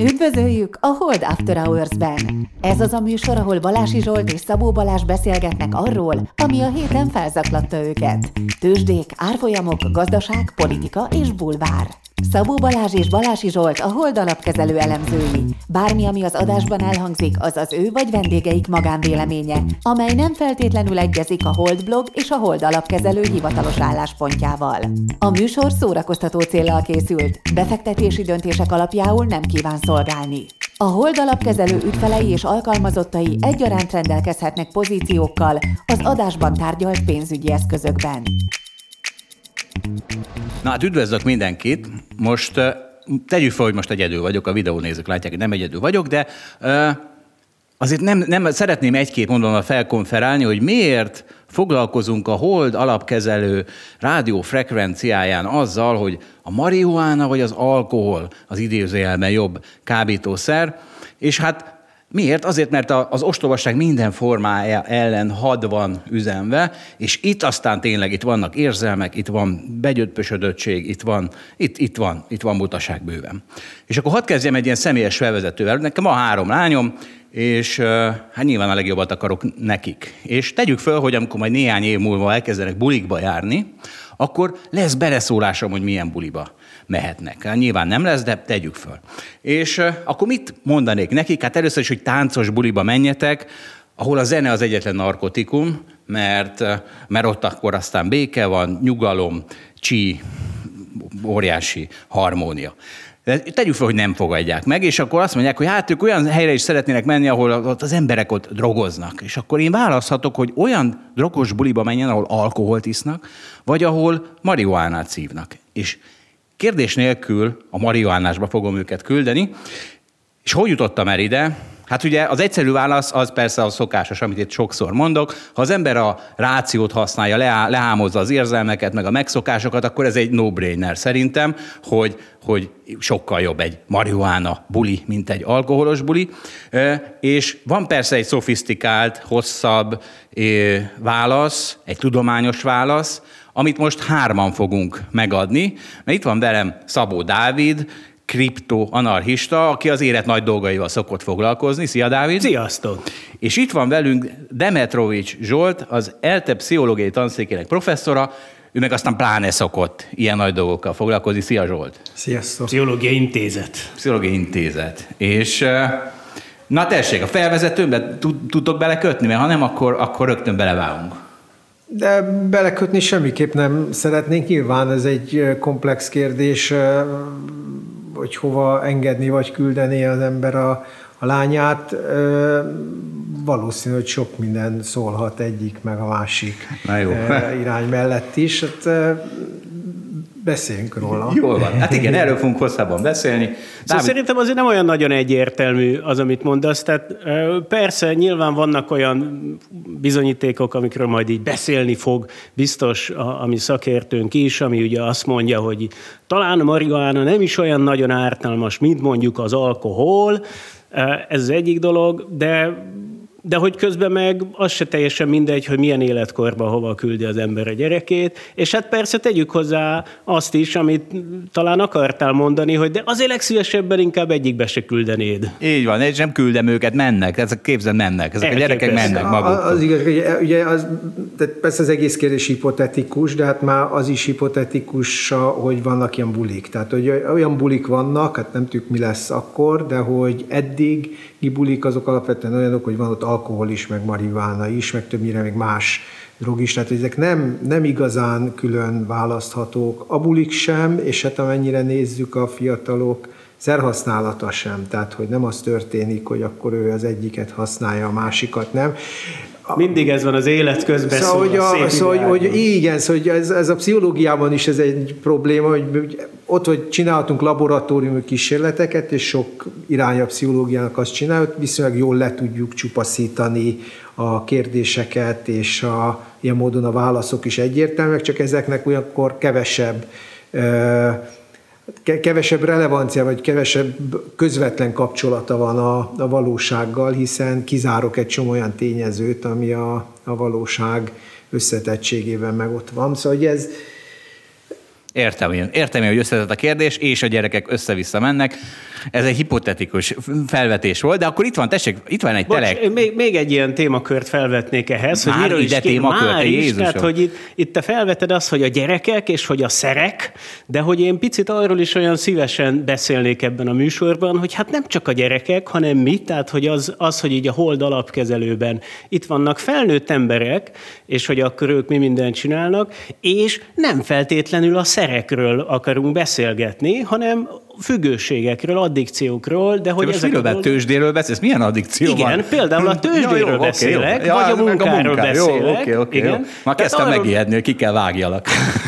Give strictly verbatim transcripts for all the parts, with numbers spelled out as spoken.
Üdvözöljük a Hold After Hours-ben! Ez az a műsor, ahol Balási Zsolt és Szabó Balázs beszélgetnek arról, ami a héten felzaklatta őket. Tőzsdék, árfolyamok, gazdaság, politika és bulvár. Szabó Balázs és Balási Zsolt a Hold alapkezelő elemzői. Bármi, ami az adásban elhangzik, az az ő vagy vendégeik magánvéleménye, amely nem feltétlenül egyezik a Hold blog és a Hold alapkezelő hivatalos álláspontjával. A műsor szórakoztató céllal készült, befektetési döntések alapjául nem kíván szolgálni. A Hold alapkezelő ügyfelei és alkalmazottai egyaránt rendelkezhetnek pozíciókkal az adásban tárgyalt pénzügyi eszközökben. Na hát üdvözlök mindenkit. Most uh, tegyük fel, hogy most egyedül vagyok, a videónézők látják, hogy nem egyedül vagyok, de uh, azért nem, nem szeretném egy-két mondatban felkonferálni, hogy miért foglalkozunk a Hold alapkezelő rádiófrekvenciáján azzal, hogy a marihuána vagy az alkohol az idézőjelben jobb kábítószer, és hát miért? Azért, mert az ostobaság minden formája ellen had van üzenve, és itt aztán tényleg itt vannak érzelmek, itt van begyöpösödöttség, itt van, itt, itt van, itt van butaság bőven. És akkor hadd kezdjem egy ilyen személyes felvezetővel. Nekem van három lányom, és hát nyilván a legjobbat akarok nekik. És tegyük föl, hogy amikor majd néhány év múlva elkezdenek bulikba járni, akkor lesz beleszólásom, hogy milyen buliba mehetnek. Hát nyilván nem lesz, de tegyük föl. És uh, akkor mit mondanék nekik? Hát először is, hogy táncos buliba menjetek, ahol a zene az egyetlen narkotikum, mert, uh, mert ott akkor aztán béke van, nyugalom, csí, óriási harmónia. De tegyük fel, hogy nem fogadják meg, és akkor azt mondják, hogy hát ők olyan helyre is szeretnének menni, ahol ott az emberek ott drogoznak. És akkor én választhatok, hogy olyan drogos buliba menjen, ahol alkoholt isznak, vagy ahol marihuánát szívnak. És kérdés nélkül a marihuánásba fogom őket küldeni. És hogy jutottam el ide? Hát ugye az egyszerű válasz az persze a szokásos, amit itt sokszor mondok. Ha az ember a rációt használja, leá, lehámozza az érzelmeket, meg a megszokásokat, akkor ez egy no-brainer szerintem, hogy, hogy sokkal jobb egy marihuána buli, mint egy alkoholos buli. És van persze egy szofisztikált, hosszabb válasz, egy tudományos válasz, amit most hárman fogunk megadni, mert itt van velem Szabó Dávid, kriptoanarchista, aki az élet nagy dolgaival szokott foglalkozni. Szia, Dávid! Sziasztok! És itt van velünk Demetrovics Zsolt, az ELTE pszichológiai tanszékének professzora, ő meg aztán pláne szokott ilyen nagy dolgokkal foglalkozni. Szia, Zsolt! Sziasztok! Pszichológiai Intézet. Pszichológiai Intézet. És na tessék, a felvezetőmbe tudtok belekötni, mert ha nem, akkor, akkor rögtön belevágunk. De belekötni semmiképp nem szeretnénk. Nyilván ez egy komplex kérdés, hogy hova engedni vagy küldeni az ember a, a lányát. Valószínű, hogy sok minden szólhat egyik, meg a másik irány mellett is. Hát, beszéljünk róla. Jól van. Hát igen, erről fogunk hosszabban beszélni. Szóval Dávid... Szerintem azért nem olyan nagyon egyértelmű az, amit mondasz. Tehát persze nyilván vannak olyan bizonyítékok, amikről majd így beszélni fog biztos a, a mi szakértőnk is, ami ugye azt mondja, hogy talán a marihuána nem is olyan nagyon ártalmas, mint mondjuk az alkohol. Ez az egyik dolog, de De hogy közben meg az se teljesen mindegy, hogy milyen életkorban hova küldi az ember a gyerekét, és hát persze tegyük hozzá azt is, amit talán akartál mondani, hogy de azért legszívesebben inkább egyikbe se küldenéd. Így van, és nem küldem őket, mennek, ezek képzeld mennek, ezek Elképesztő. A gyerekek mennek maguktól. Az igaz, ugye az, tehát persze az egész kérdés hipotetikus, de hát már az is hipotetikus, hogy vannak ilyen bulik. Tehát, hogy olyan bulik vannak, hát nem tudjuk, mi lesz akkor, de hogy eddig bulik azok alapvetően olyanok, hogy van ott alkohol is, meg marihuána is, meg többnyire még más drog is, tehát ezek nem, nem igazán külön választhatók. A bulik sem, és hát amennyire nézzük a fiatalok, szerhasználata sem, tehát hogy nem az történik, hogy akkor ő az egyiket használja, a másikat nem. Mindig ez van az élet közben. Szóval, hogy, a, szóval hogy, hogy igen, szóval, hogy ez, ez a pszichológiában is ez egy probléma, hogy ott, hogy csinálhatunk laboratóriumi kísérleteket, és sok iránya a pszichológiának azt csinálja, hogy viszonylag jól le tudjuk csupaszítani a kérdéseket, és a, ilyen módon a válaszok is egyértelműek, csak ezeknek olyankor kevesebb kevesebb relevancia, vagy kevesebb közvetlen kapcsolata van a, a valósággal, hiszen kizárok egy csomó olyan tényezőt, ami a, a valóság összetettségében meg ott van. Szóval, hogy ez... Értem én, értem én, hogy összetett a kérdés, és a gyerekek össze-vissza mennek. Ez egy hipotetikus felvetés volt, de akkor itt van, tessék, itt van egy Bocs, telek. Még, még egy ilyen témakört felvetnék ehhez, Már hogy miről ide is témakört, már is, Jézusom. tehát, hogy itt, itt te felveted azt, hogy a gyerekek és hogy a szerek, de hogy én picit arról is olyan szívesen beszélnék ebben a műsorban, hogy hát nem csak a gyerekek, hanem mi, tehát hogy az, az hogy így a Hold alapkezelőben itt vannak felnőtt emberek, és hogy akkor ők mi mindent csinálnak, és nem feltétlenül a szerekről akarunk beszélgetni, hanem függőségekről, addikciókról, de hogy most ezek miről a dolgok... tőzsdéről beszélsz? Milyen addikció igen, van? például a tőzsdéről ja, jó, beszélek, okay, jó. vagy Ja, a munkáról munká. beszélek. Jó, okay, okay, igen. jó. Már kezdtem arról, megijedni, hogy ki kell vágjalak.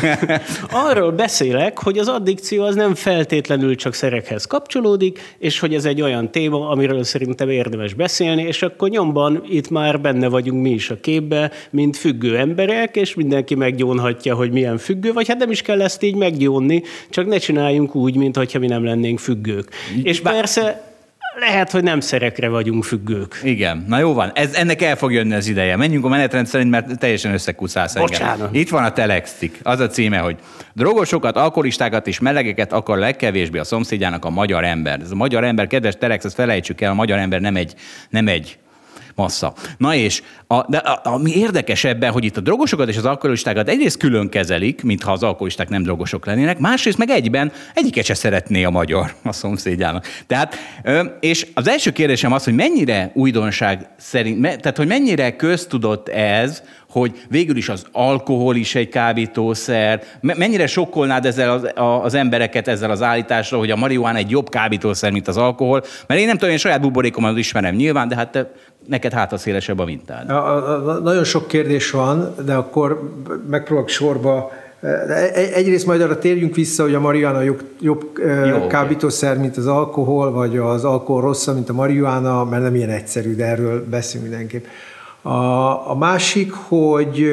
arról beszélek, hogy az addikció az nem feltétlenül csak szerekhez kapcsolódik, és hogy ez egy olyan téma, amiről szerintem érdemes beszélni, és akkor nyomban itt már benne vagyunk mi is a képbe, mint függő emberek, és mindenki meggyónhatja, hogy milyen függő, vagy hát nem is kell ezt így meggyónni, csak ne csináljunk úgy, mintha mi nem lennénk függők. És persze lehet, hogy nem szerekre vagyunk függők. Igen, na jó van, ez, ennek el fog jönni az ideje. Menjünk a menetrend szerint, mert teljesen összekuszálsz engem. Bocsánat. Itt van a telextik. Az a címe, hogy drogosokat, alkoholistákat és melegeket akar legkevésbé a szomszédjának a magyar ember. Ez a magyar ember, kedves telex, ezt felejtsük el, a magyar ember nem egy, nem egy massza. Na és, a, de a, ami érdekes ebben, hogy itt a drogosokat és az alkoholistákat egyrészt külön kezelik, mintha az alkoholisták nem drogosok lennének, másrészt meg egyben egyiket se szeretné a magyar a szomszédjának. Tehát, és az első kérdésem az, hogy mennyire újdonság szerint, tehát hogy mennyire köztudott ez, hogy végül is az alkohol is egy kábítószer, mennyire sokkolnád ezzel az, az embereket ezzel az állítással, hogy a marihuána egy jobb kábítószer, mint az alkohol, mert én nem tudom, én saját buborékomat ismerem nyilván, de hát te, neked hátaszélesebb a mintád. A, a, a, nagyon sok kérdés van, de akkor megpróbálok sorba. Egyrészt majd arra térjünk vissza, hogy a marihuána jobb, jobb Jó, kábítószer, okay. mint az alkohol, vagy az alkohol rosszabb, mint a marihuána, mert nem ilyen egyszerű, de erről beszélünk mindenképp. A, a másik, hogy,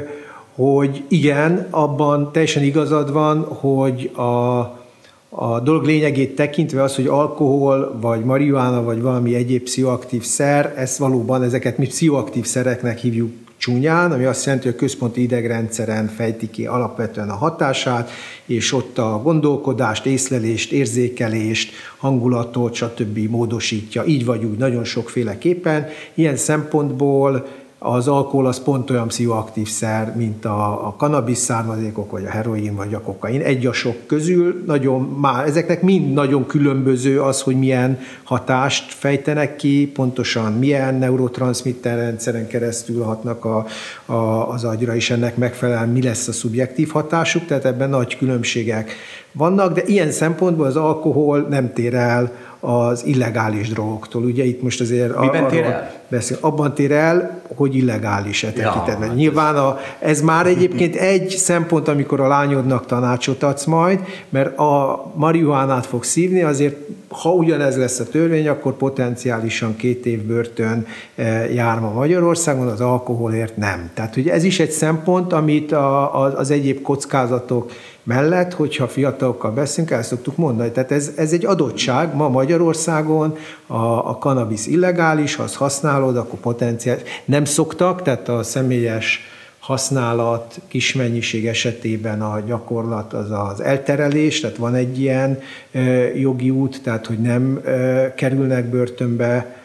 hogy igen, abban teljesen igazad van, hogy a, a dolog lényegét tekintve az, hogy alkohol, vagy marihuána, vagy valami egyéb pszichoaktív szer, ezt valóban ezeket mi pszichoaktív szereknek hívjuk csúnyán, ami azt jelenti, hogy a központi idegrendszeren fejti ki alapvetően a hatását, és ott a gondolkodást, észlelést, érzékelést, hangulatot, stb. Módosítja, így vagy úgy, nagyon sokféleképpen. Ilyen szempontból az alkohol az pont olyan pszichoaktív szer, mint a, a kannabisz származékok, vagy a heroin, vagy a kokain. Egy a sok közül, nagyon, már, ezeknek mind nagyon különböző az, hogy milyen hatást fejtenek ki, pontosan milyen neurotranszmitter rendszeren keresztül hatnak a, a, az agyra, és ennek megfelelően mi lesz a szubjektív hatásuk, tehát ebben nagy különbségek vannak, de ilyen szempontból az alkohol nem tér el az illegális drogoktól. Ugye itt most azért Miben tér el? Beszél. Abban tér el, hogy illegális e tekintetben. Ja, Nyilván a, ez már egyébként egy szempont, amikor a lányodnak tanácsot adsz majd, mert a marihuánát fog szívni, azért ha ugyanez lesz a törvény, akkor potenciálisan két év börtön jár ma Magyarországon, az alkoholért nem. Tehát ugye ez is egy szempont, amit a, az egyéb kockázatok mellett, hogyha fiatalokkal beszélünk, el szoktuk mondani. Tehát ez, ez egy adottság ma Magyarországon, a, a kannabisz illegális, ha azt használod, akkor potenciál nem szoktak, tehát a személyes használat kis mennyiség esetében a gyakorlat az az elterelés, tehát van egy ilyen e, jogi út, tehát hogy nem e, kerülnek börtönbe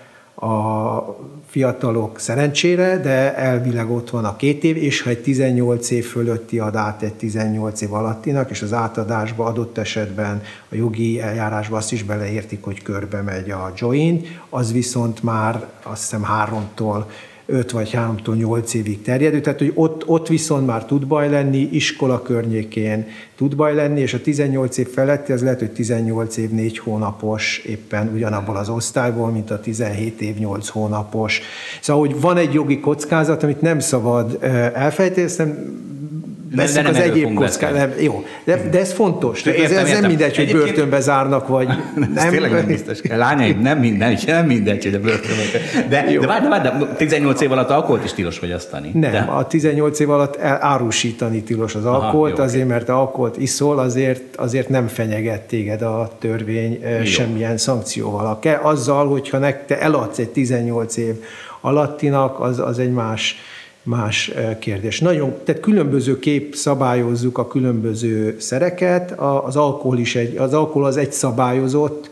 a fiatalok szerencsére, de elvileg ott van a két év, és ha egy tizennyolc év fölötti ad át egy tizennyolc év alattinak, és az átadásba adott esetben a jogi eljárásba azt is beleértik, hogy körbe megy a joint, az viszont már azt hiszem háromtól öt vagy háromtól nyolc évig terjedő, tehát hogy ott, ott viszont már tud baj lenni, iskola környékén tud baj lenni, és a tizennyolc év feletti, az lehet, hogy tizennyolc év négy hónapos éppen ugyanabból az osztályból, mint a tizenhét év nyolc hónapos. Szóval, hogy van egy jogi kockázat, amit nem szabad elfejteni, ezt nem Beszünk az egyéb kockázat. Jó, de, de ez fontos. De értem, ez értem. Nem mindegy, hogy Egyébként... börtönbe zárnak, vagy nem. Ez tényleg nem biztos. Lányaim, nem mindegy, nem mindegy, hogy a börtönbe. De, de várj, de, várj, de tizennyolc év alatt alkoholt is tilos fogyasztani. Nem, de... a tizennyolc év alatt árusítani tilos az alkoholt, Aha, jó, azért, okay. mert alkoholt iszol, azért, azért nem fenyeget téged a törvény jó. semmilyen szankcióval. Azzal, hogyha te eladsz egy tizennyolc év alattinak, az, az egy más más kérdés. Nagyon, tehát különböző kép szabályozzuk a különböző szereket, az alkohol is egy, az alkohol az egy szabályozott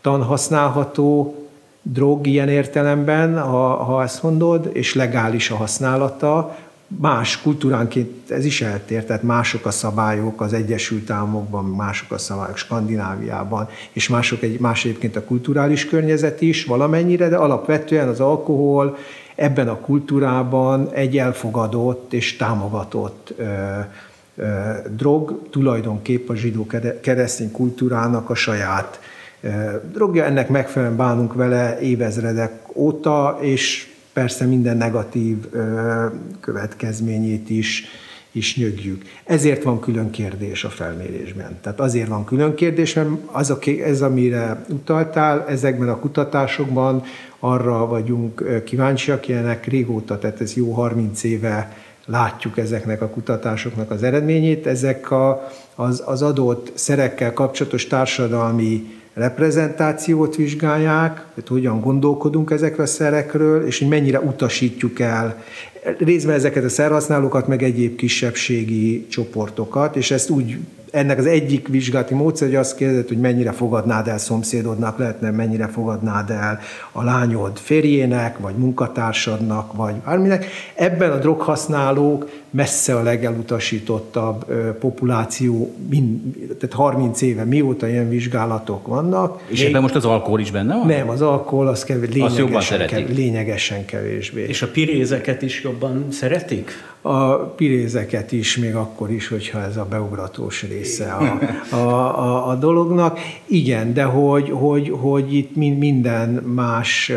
használható drog ilyen értelemben, ha, ha ezt mondod, és legális a használata. Más kultúránként ez is eltér, tehát mások a szabályok az Egyesült Államokban, mások a szabályok Skandináviában, és mások egy, más egyébként a kulturális környezet is valamennyire, de alapvetően az alkohol ebben a kultúrában egy elfogadott és támogatott ö, ö, drog, tulajdonképp a zsidó-keresztény kultúrának a saját ö, drogja. Ennek megfelelően bánunk vele évezredek óta, és persze minden negatív ö, következményét is, is nyögjük. Ezért van külön kérdés a felmérésben. Tehát azért van külön kérdés, mert az a, ez, amire utaltál, ezekben a kutatásokban arra vagyunk kíváncsiak, ilyenek régóta, tehát ez jó harminc éve látjuk ezeknek a kutatásoknak az eredményét. Ezek a, az, az adott szerekkel kapcsolatos társadalmi reprezentációt vizsgálják, hogy hogyan gondolkodunk ezekről a szerekről, és hogy mennyire utasítjuk el részben ezeket a szerhasználókat, meg egyéb kisebbségi csoportokat, és ezt úgy, ennek az egyik vizsgálati módszer, hogy azt kérdezett, hogy mennyire fogadnád el szomszédodnak, lehetne mennyire fogadnád el a lányod férjének, vagy munkatársadnak, vagy bárminek. Ebben a droghasználók messze a legelutasítottabb populáció, tehát harminc éve, mióta ilyen vizsgálatok vannak. És ebben most az alkohol is benne van? Nem, az alkohol az kevés, lényegesen, kev, lényegesen kevésbé. És a pirézeket is jobban szeretik? A pirézeket is, még akkor is, hogyha ez a beugratós része a, a, a, a dolognak. Igen, de hogy, hogy, hogy itt minden más,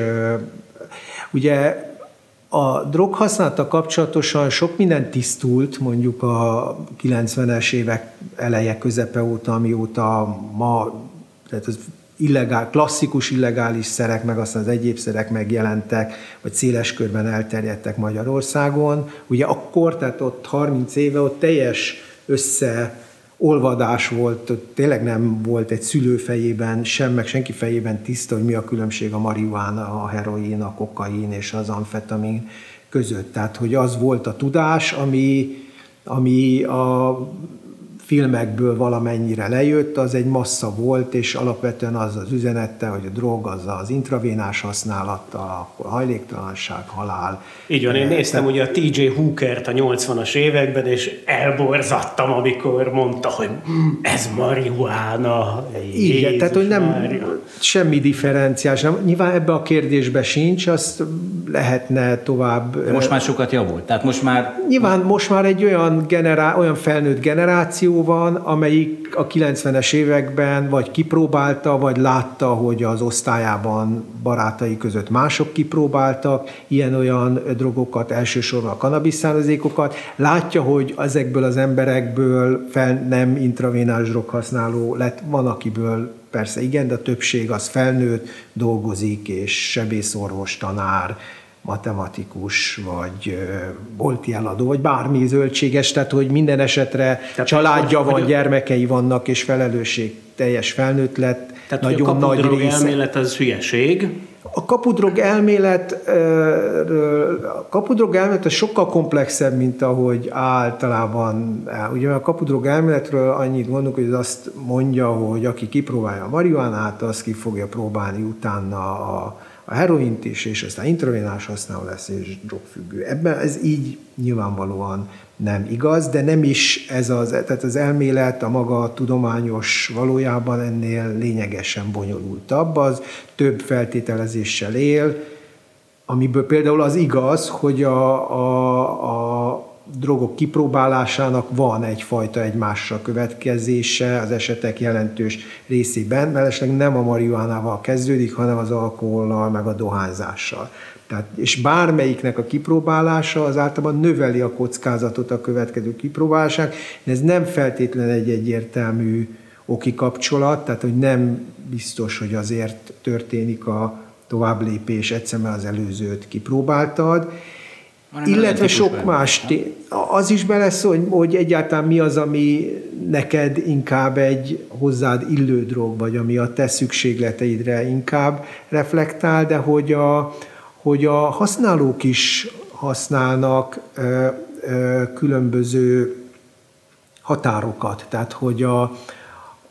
ugye a droghasználata kapcsolatosan sok minden tisztult, mondjuk a kilencvenes évek eleje, közepe óta, amióta ma, tehát az illegál, klasszikus illegális szerek, meg aztán az egyéb szerek megjelentek, vagy széles körben elterjedtek Magyarországon. Ugye akkor, tehát ott harminc éve, ott teljes összeolvadás volt, tényleg nem volt egy szülő fejében, sem, meg senki fejében tiszta, hogy mi a különbség a marihuána, a heroin, a kokain és az amfetamin között. Tehát, hogy az volt a tudás, ami, ami a filmekből valamennyire lejött, az egy massza volt, és alapvetően az az üzenete, hogy a drog az az intravénás használata, akkor hajléktalanság, halál. Így van, én néztem Te... ugye a té jé Hookert a nyolcvanas években, és elborzadtam, amikor mondta, hogy ez marihuána. Igen, Jézus tehát hogy nem Mária. Semmi differenciás. Nem. Nyilván ebbe a kérdésbe sincs, azt lehetne tovább. De most már sokat javult. Tehát most már... Nyilván most már egy olyan, generá... olyan felnőtt generáció van, amelyik a kilencvenes években vagy kipróbálta, vagy látta, hogy az osztályában barátai között mások kipróbáltak ilyen-olyan drogokat, elsősorban a kannabiszszármazékokat. Látja, hogy ezekből az emberekből fel nem intravénás droghasználó lett. Van, akiből persze igen, de a többség az felnőtt, dolgozik, és sebészorvos, tanár, matematikus, vagy bolti eladó, vagy bármi zöldséges, tehát hogy minden esetre tehát családja van, hogy gyermekei vannak, és felelősség teljes felnőtt lett. Tehát nagyon nagy része. A kapudrog elmélet az hülyeség. A kapudrog elmélet, a kapudrog elmélet az sokkal komplexebb, mint ahogy általában, ugye a kapudrog elméletről annyit gondolunk, hogy az azt mondja, hogy aki kipróbálja a marihuánát, az ki fogja próbálni utána a a heroint is, és aztán intravénás használó lesz, és drogfüggő. Ebben ez így nyilvánvalóan nem igaz, de nem is ez az, tehát az elmélet, a maga tudományos valójában ennél lényegesen bonyolultabb, az több feltételezéssel él, amiből például az igaz, hogy a, a, a drogok kipróbálásának van egyfajta egymásra következése az esetek jelentős részében, mellesleg nem a marihuánával kezdődik, hanem az alkohollal, meg a dohányzással. Tehát, és bármelyiknek a kipróbálása az általában növeli a kockázatot a következő kipróbálásnak, de ez nem feltétlenül egy egyértelmű oki kapcsolat, tehát hogy nem biztos, hogy azért történik a továbblépés, egyszerűen az előzőt kipróbáltad, illetve sok más, az is beleszól, hogy, hogy egyáltalán mi az, ami neked inkább egy hozzád illő drog, vagy ami a te szükségleteidre inkább reflektál, de hogy a, hogy a használók is használnak ö, ö, különböző határokat. Tehát, hogy a,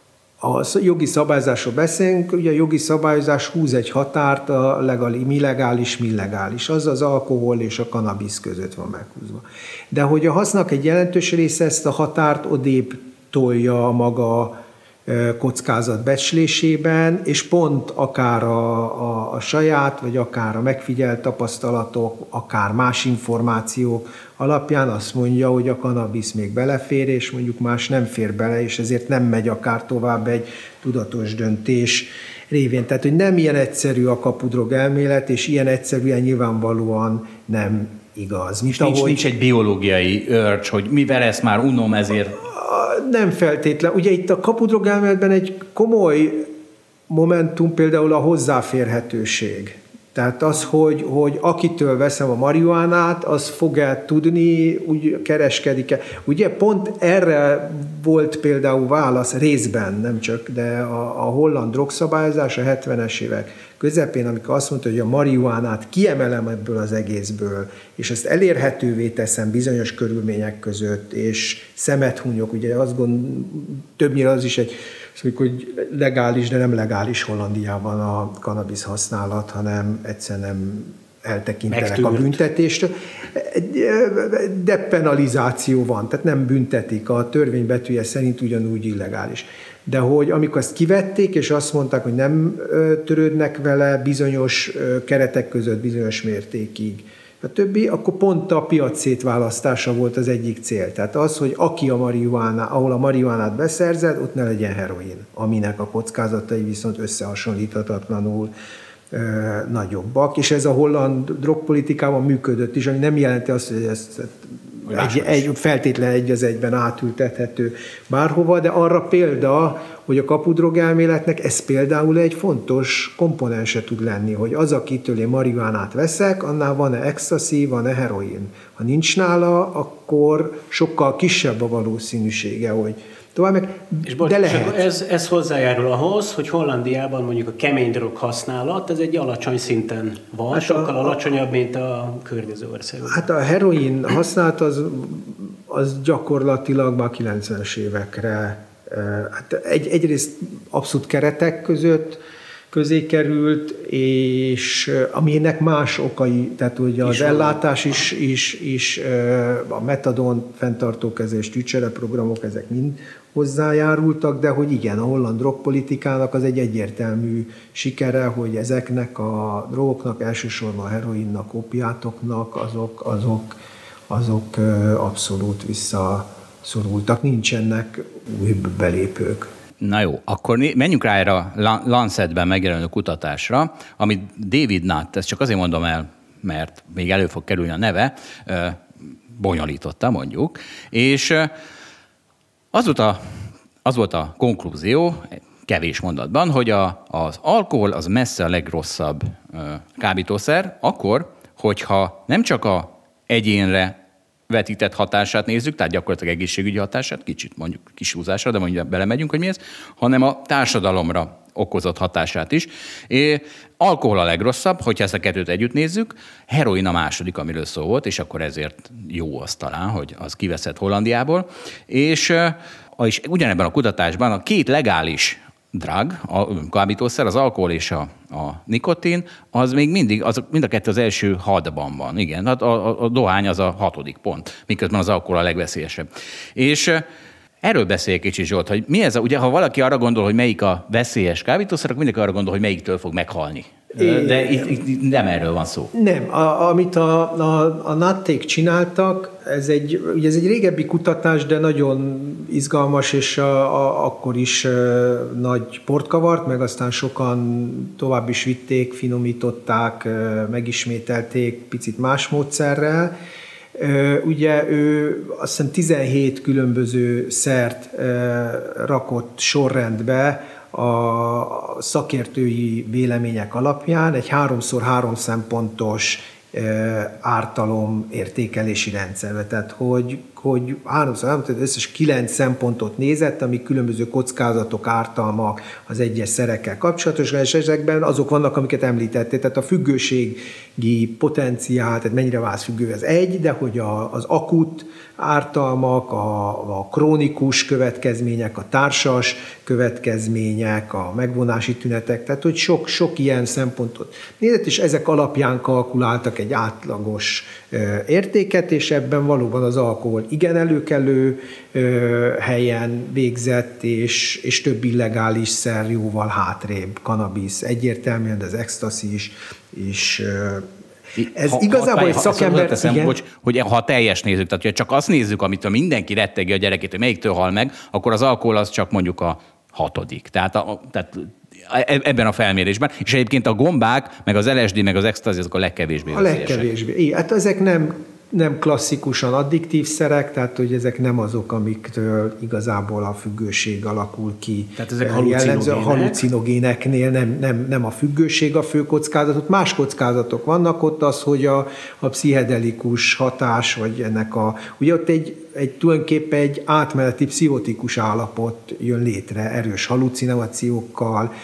a jogi szabályozásról beszélünk, ugye a jogi szabályozás húz egy határt a legali, mi legális, mi legális. Az az alkohol és a kannabisz között van meghúzva. De hogy a hasznak egy jelentős része ezt a határt odébb tolja a maga kockázatbecslésében, és pont akár a, a, a saját, vagy akár a megfigyelt tapasztalatok, akár más információk alapján azt mondja, hogy a kannabisz még belefér, és mondjuk más nem fér bele, és ezért nem megy akár tovább egy tudatos döntés révén. Tehát, hogy nem ilyen egyszerű a kapudrog elmélet, és ilyen egyszerűen nyilvánvalóan nem igaz. Nincs, ahogy... nincs egy biológiai urge, hogy mivel ezt már unom, ezért... Nem feltétlen. Ugye itt a kapudrog elméletben egy komoly momentum például a hozzáférhetőség. Tehát az, hogy, hogy akitől veszem a marihuánát, az fog-e tudni, úgy kereskedik-e. Ugye pont erre volt például válasz részben, nem csak, de a, a holland drogszabályozás a hetvenes évek közepén, amikor azt mondta, hogy a marihuánát kiemelem ebből az egészből, és ezt elérhetővé teszem bizonyos körülmények között, és szemet hunyok, ugye azt gond, többnyire az is egy, hogy legális, de nem legális Hollandiában a kannabisz használat, hanem egyszerűen nem eltekintenek Megtűrt. a büntetéstől. Depenalizáció van, tehát nem büntetik, a törvény betűje szerint ugyanúgy illegális. De hogy amikor ezt kivették, és azt mondták, hogy nem törődnek vele bizonyos keretek között, bizonyos mértékig, a többi, akkor pont a piac szétválasztása volt az egyik cél. Tehát az, hogy aki a marihuána, ahol a marihuánát beszerzed, ott ne legyen heroin, aminek a kockázatai viszont összehasonlíthatatlanul ö, nagyobbak. És ez a holland drogpolitikában működött is, ami nem jelenti azt, hogy ezt egy, egy, feltétlen egy az egyben átültethető bárhova, de arra példa, hogy a kapudrog elméletnek ez például egy fontos komponense tud lenni, hogy az, akitől én marihuánát veszek, annál van-e ecstasy, van-e heroin. Ha nincs nála, akkor sokkal kisebb a valószínűsége, hogy tovább meg, és bocs, de lehet. Ez, ez hozzájárul ahhoz, hogy Hollandiában mondjuk a kemény drog használat, ez egy alacsony szinten van, hát sokkal a, alacsonyabb, mint a környező országokban. Hát a heroin használat az, az gyakorlatilag már kilencvenes évekre hát egy, egyrészt abszolút keretek között közé került, és aminek más okai, tehát ugye az ellátás is, is, is, a metadon, fenntartókezés, tűzcsereprogramok, ezek mind hozzájárultak, de hogy igen, a holland drogpolitikának az egy egyértelmű sikere, hogy ezeknek a drogoknak, elsősorban a heroinnak, opiátoknak, azok, azok, azok abszolút visszaszorultak, nincsenek új belépők. Na jó, akkor menjünk rá erre a Lancetben megjelenő kutatásra, amit David Nutt, ezt csak azért mondom el, mert még elő fog kerülni a neve, bonyolította mondjuk, és az volt a, az volt a konklúzió, kevés mondatban, hogy a, az alkohol az messze a legrosszabb kábítószer, akkor, hogyha nem csak a egyénre vetített hatását nézzük, tehát gyakorlatilag egészségügyi hatását, kicsit mondjuk kis húzásra, de mondjuk belemegyünk, hogy mi ez, hanem a társadalomra okozott hatását is. É, alkohol a legrosszabb, hogyha ezt a kettőt együtt nézzük, heroin a második, amiről szó volt, és akkor ezért jó az talán, hogy az kiveszett Hollandiából. És, és ugyanebben a kutatásban a két legális drug, a kábítószer, az alkohol és a, a nikotin, az még mindig, az, mind a kettő az első hatban van. Igen, hát a, a, a dohány az a hatodik pont, miközben az alkohol a legveszélyesebb. És erről beszélj kicsit, Zsolt, hogy mi ez a, ugye ha valaki arra gondol, hogy melyik a veszélyes kábítószer, akkor mindenki arra gondol, hogy melyiktől fog meghalni. De itt, itt nem erről van szó. Nem. A, amit a, a, a Nutték csináltak, ez egy, ugye ez egy régebbi kutatás, de nagyon izgalmas, és a, a, akkor is a, nagy port kavart, meg aztán sokan tovább is vitték, finomították, megismételték picit más módszerrel. Ugye ő azt hiszem tizenhét különböző szert rakott sorrendbe, a szakértői vélemények alapján egy háromszor három szempontos ártalom értékelési rendszerbe. Tehát, hogy, hogy háromszor elmondta, hogy összes kilenc szempontot nézett, amik különböző kockázatok, ártalmak az egyes szerekkel kapcsolatosan, és ezekben azok vannak, amiket említettél, tehát a függőségi potenciál, tehát mennyire válsz függő, az egy, de hogy a, az akut ártalmak, a, a krónikus következmények, a társas következmények, a megvonási tünetek, tehát hogy sok, sok ilyen szempontot nézett, és ezek alapján kalkuláltak egy átlagos értéket, és ebben valóban az alkohol igen előkelő helyen végzett, és, és több illegális szer jóval hátrébb, kannabisz egyértelműen, de az ecstasy is, és ez ha, igazából ha, egy szakember... Teszem, igen. Bocs, hogy ha teljes nézzük, tehát hogy csak azt nézzük, amitől mindenki rettegi a gyerekét, hogy melyiktől hal meg, akkor az alkohol az csak mondjuk a hatodik. Tehát, a, tehát ebben a felmérésben. És egyébként a gombák, meg az el es dé, meg az ecstasy, azok a legkevésbé A legkevésbé. Igen, hát ezek nem, nem klasszikusan addiktív szerek, tehát hogy ezek nem azok, amiktől igazából a függőség alakul ki. Tehát ezek halucinogének. A halucinogéneknél nem, nem, nem a függőség a fő kockázatot. Más kockázatok vannak ott, az, hogy a, a pszichedelikus hatás, vagy ennek a... Ugye ott egy, egy tulajdonképpen egy átmeneti pszichotikus állapot jön létre, erős halucinációkkal,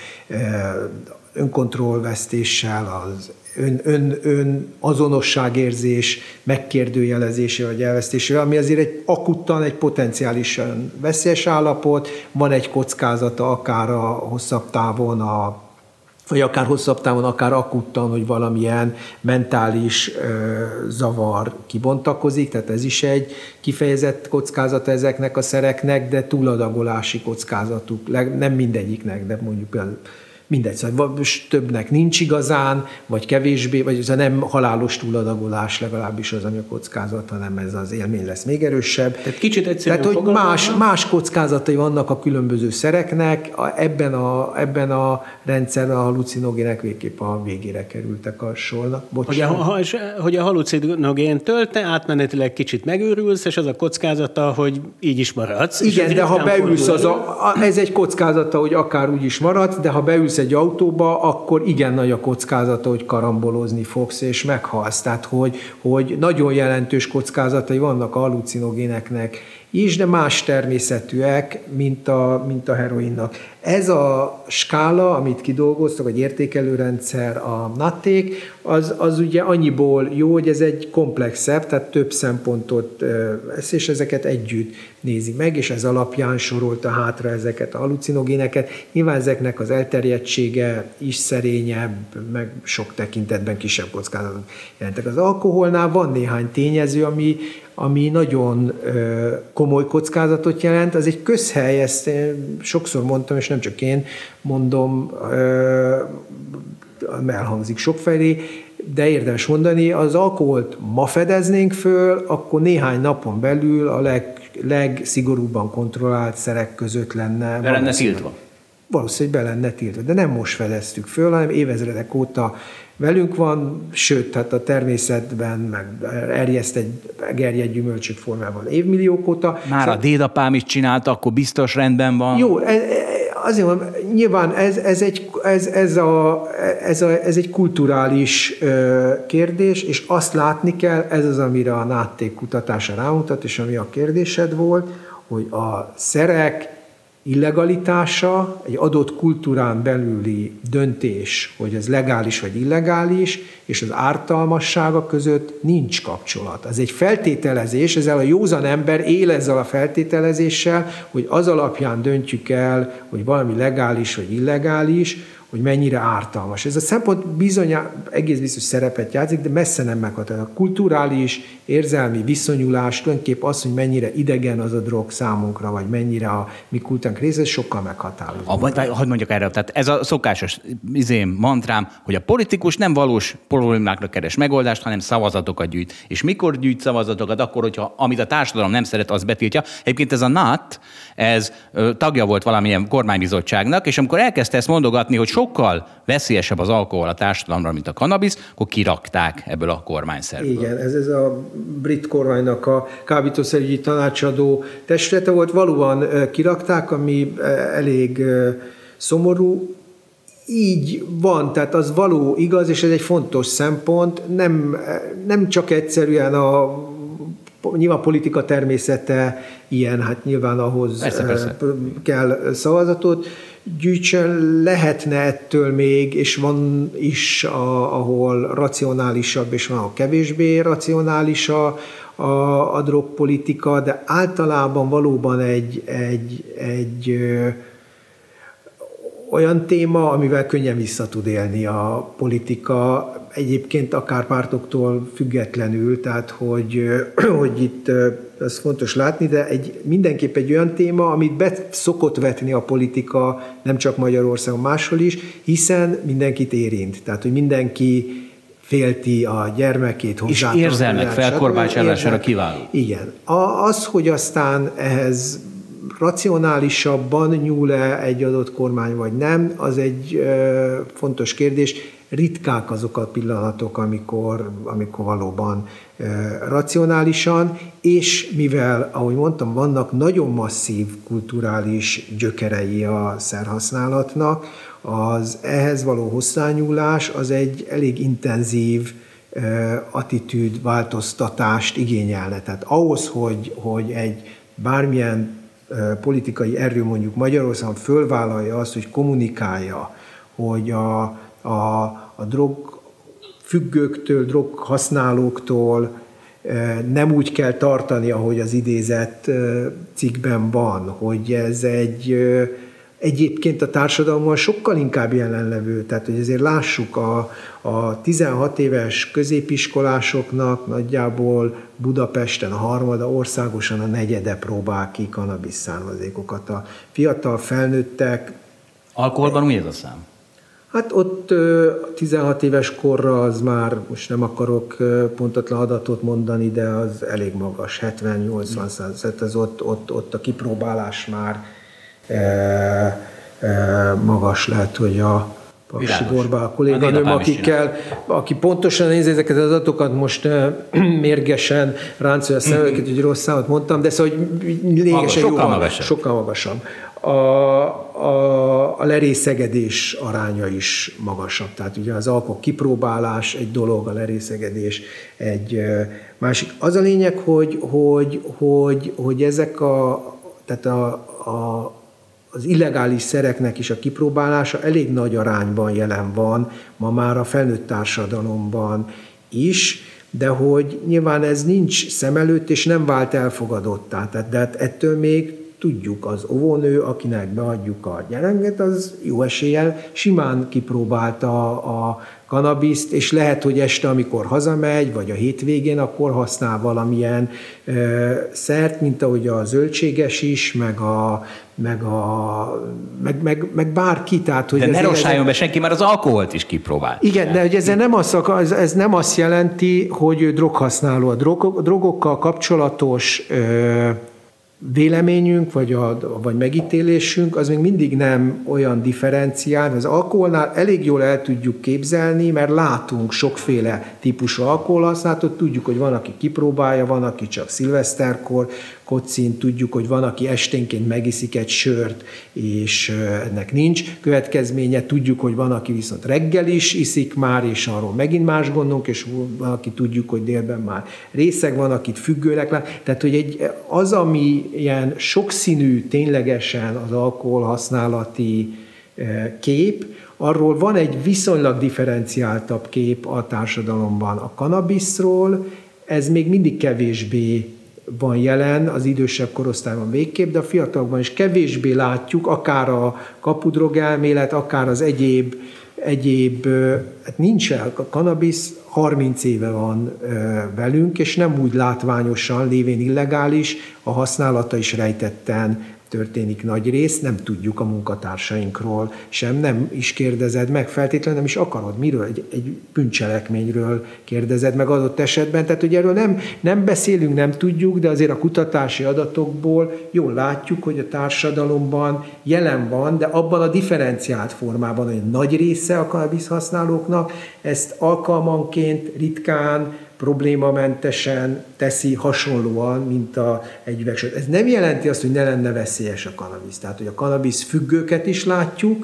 önkontrollvesztéssel, az ön, ön, ön azonosságérzés megkérdőjelezésével vagy elvesztésével, ami azért egy akuttan, egy potenciálisan veszélyes állapot, van egy kockázata akár a hosszabb távon, a, vagy akár hosszabb távon, akár akuttan, hogy valamilyen mentális ö, zavar kibontakozik, tehát ez is egy kifejezett kockázata ezeknek a szereknek, de túladagolási kockázatuk, nem mindegyiknek, de mondjuk például mindegy, szóval többnek nincs igazán, vagy kevésbé, vagy ez nem halálos túladagolás legalábbis az, ami a kockázat, hanem ez az élmény lesz még erősebb. Tehát kicsit egyszerűen Tehát, hogy más, más kockázatai vannak a különböző szereknek, ebben a, ebben a rendszerben a halucinogének végképp a végére kerültek a sornak. Hogy a, hogy a halucinogéntől te átmenetileg kicsit megőrülsz, és az a kockázata, hogy így is maradsz. Igen, de ha beülsz, az a, ez egy kockázata, hogy akár úgy is maradsz, de ha beülsz egy autóba, akkor igen nagy a kockázata, hogy karambolozni fogsz és meghalsz. Tehát, hogy, hogy nagyon jelentős kockázatai vannak a halucinogének is, de más természetűek, mint a, mint a heroinnak. Ez a skála, amit kidolgoztak, vagy értékelőrendszer, a natték, az, az ugye annyiból jó, hogy ez egy komplexebb, tehát több szempontot vesz, és ezeket együtt nézi meg, és ez alapján sorolta hátra ezeket a halucinogéneket. Nyilván ezeknek az elterjedtsége is szerényebb, meg sok tekintetben kisebb kockázatot jelentek. Az alkoholnál van néhány tényező, ami, ami nagyon ö, komoly kockázatot jelent. Az egy közhely, ezt sokszor mondtam, és nem csak én mondom, ö, elhangzik sokfelé, de érdemes mondani, az alkoholt ma fedeznénk föl, akkor néhány napon belül a leg, legszigorúbban kontrollált szerek között lenne. Be lenne tiltva. Valószínűleg be lenne tiltva, de nem most fedeztük föl, hanem évezredek óta velünk van, sőt, hát a természetben meg erjeszt egy gerjedt gyümölcsök formában évmilliók óta. Már szóval, a dédapám is csinálta, akkor biztos rendben van. Jó, azért mondom, nyilván ez, ez, egy, ez, ez, a, ez, a, ez egy kulturális kérdés, és azt látni kell, ez az, amire a natték kutatása rámutat, és ami a kérdésed volt, hogy a szerek illegalitása, egy adott kultúrán belüli döntés, hogy ez legális vagy illegális, és az ártalmassága között nincs kapcsolat. Ez egy feltételezés, ezzel a józan ember él ezzel a feltételezéssel, hogy az alapján döntjük el, hogy valami legális vagy illegális, hogy mennyire ártalmas. Ez a szempont bizony egész biztos szerepet játszik, de messze nem meghatározó. A kulturális, érzelmi viszonyulás, tulajdonképp az, hogy mennyire idegen az a drog számunkra, vagy mennyire a mi kultúránk része, sokkal meghatározó. Hadd mondjak erre, tehát ez a szokásos izém, mantrám, hogy a politikus nem valós problémákra keres megoldást, hanem szavazatokat gyűjt. És mikor gyűjt szavazatokat? Akkor, hogyha amit a társadalom nem szeret, az betiltja. Egyébként ez a nát, ez tagja volt valamilyen kormánybizottságnak, és amikor elkezdte ezt mondogatni, hogy sokkal veszélyesebb az alkohol a társadalomra, mint a kannabisz, akkor kirakták ebből a kormányszerből. Igen, ez, ez a brit kormánynak a kábítószerügyi tanácsadó testülete volt, valóban kirakták, ami elég szomorú. Így van, tehát az való igaz, és ez egy fontos szempont, nem, nem csak egyszerűen a nyilván politika természete ilyen, hát nyilván ahhoz persze, persze. kell szavazatot gyűjtsön, lehetne ettől még, és van is, a, ahol racionálisabb, és van, ahol kevésbé racionális a, a, a drogpolitika, de általában valóban egy, egy, egy ö, olyan téma, amivel könnyen vissza tud élni a politika, egyébként akár pártoktól függetlenül, tehát hogy, hogy itt ez fontos látni, de egy, mindenképp egy olyan téma, amit be szokott vetni a politika, nem csak Magyarországon, máshol is, hiszen mindenkit érint. Tehát, hogy mindenki félti a gyermekét, és érzelmek felkorbácsolására kiváló. Igen. Az, hogy aztán ehhez racionálisabban nyúl-e egy adott kormány, vagy nem, az egy ö, fontos kérdés. Ritkák azok a pillanatok, amikor, amikor valóban ö, racionálisan, és mivel, ahogy mondtam, vannak nagyon masszív kulturális gyökerei a szerhasználatnak, az ehhez való hozzányúlás az egy elég intenzív ö, attitűd változtatást igényelne. Tehát ahhoz, hogy, hogy egy bármilyen politikai erő mondjuk Magyarországon fölvállalja azt, hogy kommunikálja, hogy a, a, a drog függőktől, drog használóktól nem úgy kell tartani, ahogy az idézett cikkben van, hogy ez egy egyébként a társadalomban sokkal inkább jelenlevő, tehát hogy azért lássuk, a, a tizenhat éves középiskolásoknak nagyjából Budapesten a harmada, országosan a negyede próbál ki kannabisz származékokat. A fiatal felnőttek... Alkoholban mi ez a szám? Hát ott tizenhat éves korra az már, most nem akarok pontatlan adatot mondani, de az elég magas, hetven-nyolcvan százalék, ez ott, ott, ott a kipróbálás már E, e, magas lehet, hogy a Paksi Borbál kolléganőm, akikkel, aki pontosan nézi ezeket az adatokat, most e, mérgesen ráncolja a szemeket, hogy rossz számot mondtam, de szóval lényegesen sokkal jóval, magasabb. sokkal magasabb. A, a, a lerészegedés aránya is magasabb. Tehát ugye az alkohol kipróbálás egy dolog, a lerészegedés egy másik. Az a lényeg, hogy, hogy, hogy, hogy ezek a, tehát a, a az illegális szereknek is a kipróbálása elég nagy arányban jelen van, ma már a felnőtt társadalomban is, de hogy nyilván ez nincs szem előtt, és nem vált elfogadottá. Tehát, de hát ettől még tudjuk, az óvónő, akinek beadjuk a gyereket, az jó eséllyel simán kipróbálta a kanabiszt, és lehet, hogy este, amikor hazamegy, vagy a hétvégén, akkor használ valamilyen ö, szert, mint ahogy a zöldséges is, meg a meg, a, meg, meg, meg bárki. Tehát, hogy de ne rossáljon be ez, senki, mert az alkoholt is kipróbál. Igen, de hogy ez nem, azt, ez, ez nem azt jelenti, hogy droghasználó. A drog, drogokkal kapcsolatos ö, véleményünk, vagy, a, vagy megítélésünk, az még mindig nem olyan differenciált. Az alkoholnál elég jól el tudjuk képzelni, mert látunk sokféle típusú alkoholhasználatot, tudjuk, hogy van, aki kipróbálja, van, aki csak szilveszterkor kocin, tudjuk, hogy van, aki esténként megiszik egy sört, és ennek nincs következménye, tudjuk, hogy van, aki viszont reggel is iszik már, és arról megint más gondolunk, és van, aki tudjuk, hogy délben már részeg, van, akit függőnek lát. Tehát, hogy egy, az, ami ilyen sokszínű ténylegesen az alkoholhasználati kép, arról van egy viszonylag differenciáltabb kép a társadalomban. A kannabiszról ez még mindig kevésbé van jelen, az idősebb korosztályban végképp, de a fiatalokban is kevésbé látjuk, akár a kapudrog elmélet, akár az egyéb, egyéb hát nincs el, a kannabisz harminc éve van velünk, és nem úgy látványosan, lévén illegális, a használata is rejtetten történik nagy rész, nem tudjuk a munkatársainkról sem, nem is kérdezed meg, feltétlenül nem is akarod, miről, egy, egy bűncselekményről kérdezed meg adott esetben, tehát hogy erről nem, nem beszélünk, nem tudjuk, de azért a kutatási adatokból jól látjuk, hogy a társadalomban jelen van, de abban a differenciált formában, hogy nagy része a kannabisz használóknak ezt alkalmanként, ritkán, problémamentesen teszi hasonlóan, mint a egy üvegsört. Ez nem jelenti azt, hogy ne lenne veszélyes a kannabisz. Tehát, hogy a kannabisz függőket is látjuk,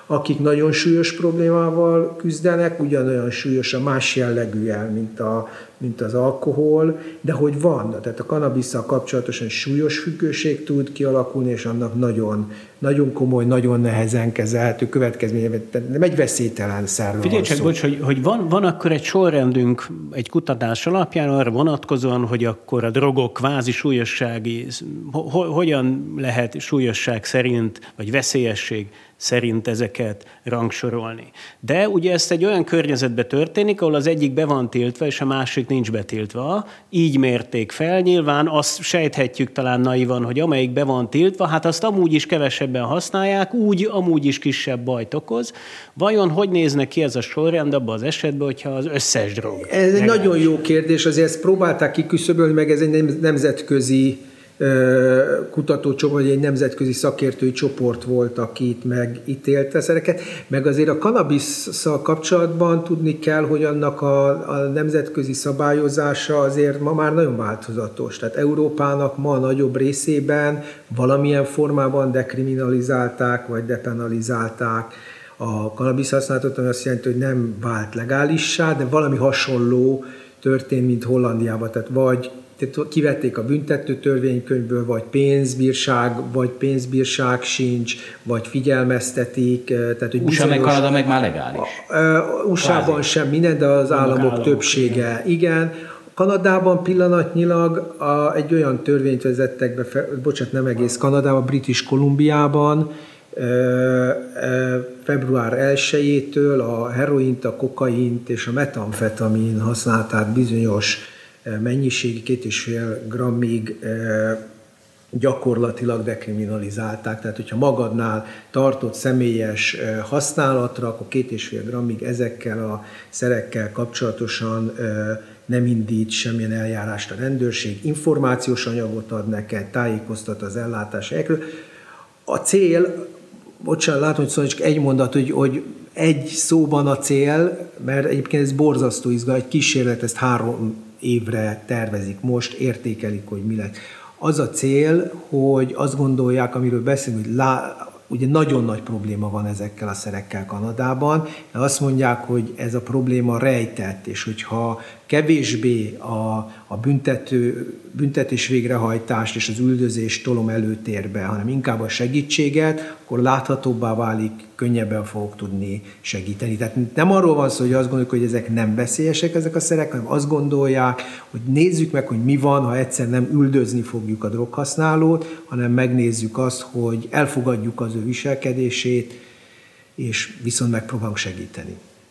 akik nagyon súlyos problémával küzdenek, ugyanolyan súlyos a más jellegűen, mint, a, mint az alkohol, de hogy van, tehát a kannabisszal kapcsolatosan súlyos függőség tud kialakulni, és annak nagyon, nagyon komoly, nagyon nehezen kezelhető következménye, nem egy veszélytelen szerről. Figyelj csak, bocs, hogy, hogy van, van akkor egy sorrendünk egy kutatás alapján arra vonatkozóan, hogy akkor a drogok kvázi súlyossági, ho, hogyan lehet súlyosság szerint, vagy veszélyesség szerint ezeket rangsorolni. De ugye ezt egy olyan környezetben történik, ahol az egyik be van tiltva, és a másik nincs betiltva. Így mérték fel. Nyilván azt sejthetjük talán naivan, hogy amelyik be van tiltva, hát azt amúgy is kevesebben használják, úgy amúgy is kisebb bajt okoz. Vajon hogy nézne ki ez a sorrend abban az esetben, hogyha az összes drog? Ez egy nagyon jó kérdés, azért ezt próbálták kiküszöbölni, meg ez egy nemzetközi kutatócsoport, vagy egy nemzetközi szakértői csoport volt, aki itt megítélte ezeket, meg azért a kannabisszal kapcsolatban tudni kell, hogy annak a, a nemzetközi szabályozása azért ma már nagyon változatos. Tehát Európának ma a nagyobb részében valamilyen formában dekriminalizálták, vagy depenalizálták a kannabisz használatot, ami azt jelenti, hogy nem vált legálissá, de valami hasonló történt, mint Hollandiában. Tehát vagy kivették a büntető törvénykönyvből, vagy pénzbírság, vagy pénzbírság sincs, vagy figyelmeztetik. Tehát, hogy u es á meg Kanada meg már legális. u es á-ban sem minden, de az államok, államok többsége. Igen. igen. Kanadában pillanatnyilag a, egy olyan törvényt vezettek be, fe, bocsánat, nem egész Kanadában, British Columbiában, február elsejétől a heroint, a kokaint és a metamfetamin használatát bizonyos mennyiségi két és fél grammig gyakorlatilag dekriminalizálták. Tehát, hogyha magadnál tartott személyes használatra, akkor két és fél grammig ezekkel a szerekkel kapcsolatosan nem indít semmilyen eljárást a rendőrség, információs anyagot ad neked, tájékoztat az ellátás helyekről. A cél, bocsánat, látom, hogy szóval csak egy mondat, hogy, hogy egy szóban a cél, mert egyébként ez borzasztó izgalmas, egy kísérlet, ezt három évre tervezik most, értékelik, hogy mi lett. Az a cél, hogy azt gondolják, amiről beszélünk, hogy lá, ugye nagyon nagy probléma van ezekkel a szerekkel Kanadában, de azt mondják, hogy ez a probléma rejtett, és hogyha kevésbé a, a büntető, büntetés végrehajtást és az üldözést tolom előtérbe, hanem inkább a segítséget, akkor láthatóbbá válik, könnyebben fogok tudni segíteni. Tehát nem arról van szó, hogy azt gondoljuk, hogy ezek nem veszélyesek, ezek a szerek, hanem azt gondolják, hogy nézzük meg, hogy mi van, ha egyszer nem üldözni fogjuk a droghasználót, hanem megnézzük azt, hogy elfogadjuk az ő viselkedését, és viszont megpróbálunk segíteni.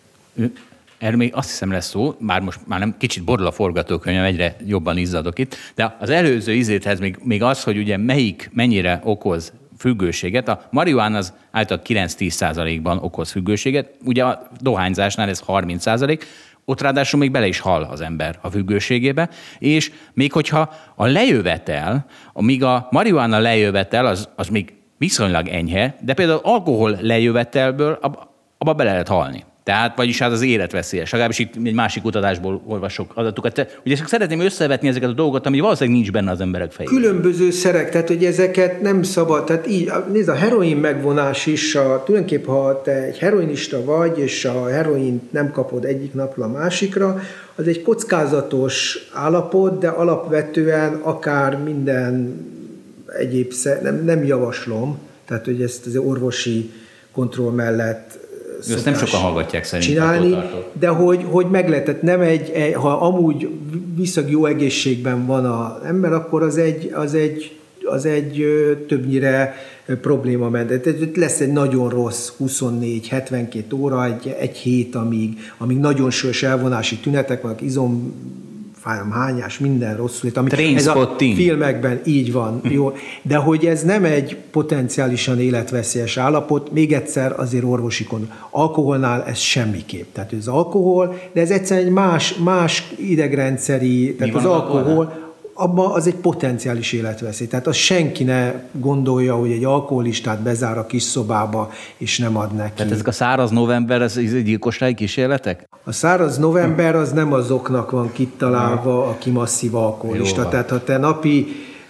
Erről még azt hiszem lesz szó, már most már nem kicsit borul a forgatókönyv, egyre jobban izzadok itt, de az előző ízéthez még, még az, hogy ugye melyik mennyire okoz függőséget. A marihuána az általában kilenc-tíz százalékban okoz függőséget, ugye a dohányzásnál ez harminc százalék, ott ráadásul még bele is hal az ember a függőségébe, és még hogyha a lejövetel, amíg a marihuána lejövetel, az, az még viszonylag enyhe, de például alkohol lejövetelből abba bele lehet halni. Tehát, vagyis hát az életveszélyes. Legalábbis itt egy másik kutatásból olvasok adatokat. Ugye csak szeretném összevetni ezeket a dolgokat, ami valószínűleg nincs benne az emberek fejében. Különböző szerek, tehát hogy ezeket nem szabad, tehát így, nézd, a heroin megvonás is, a, tulajdonképpen ha te egy heroinista vagy, és a heroint nem kapod egyik napra a másikra, az egy kockázatos állapot, de alapvetően akár minden egyéb szer, nem, nem javaslom, tehát hogy ezt az orvosi kontroll mellett ezt nem sokan hallgatják szerintem. Csinálni, de hogy, hogy meg lehet, nem egy, ha amúgy viszonylag jó egészségben van az ember, akkor az egy, az egy, az egy többnyire problémament. Lesz egy nagyon rossz huszonnégy hetvenkét óra, egy, egy hét, amíg, amíg nagyon súlyos elvonási tünetek vannak, izom, fájdalom, hányás, minden rosszul. Ez a filmekben így van. Jó. De hogy ez nem egy potenciálisan életveszélyes állapot, még egyszer azért orvosi kontroll. Alkoholnál ez semmiképp. Tehát ez alkohol, de ez egyszerűen egy más, más idegrendszeri, tehát az alkohol, alkohol abban az egy potenciális életveszély. Tehát az senki ne gondolja, hogy egy alkoholistát bezár a kis szobába, és nem ad neki. Tehát ezek a száraz november, ez gyilkossági kísérletek? A száraz november az nem azoknak van kitalálva, aki masszív alkoholista. Tehát ha te napi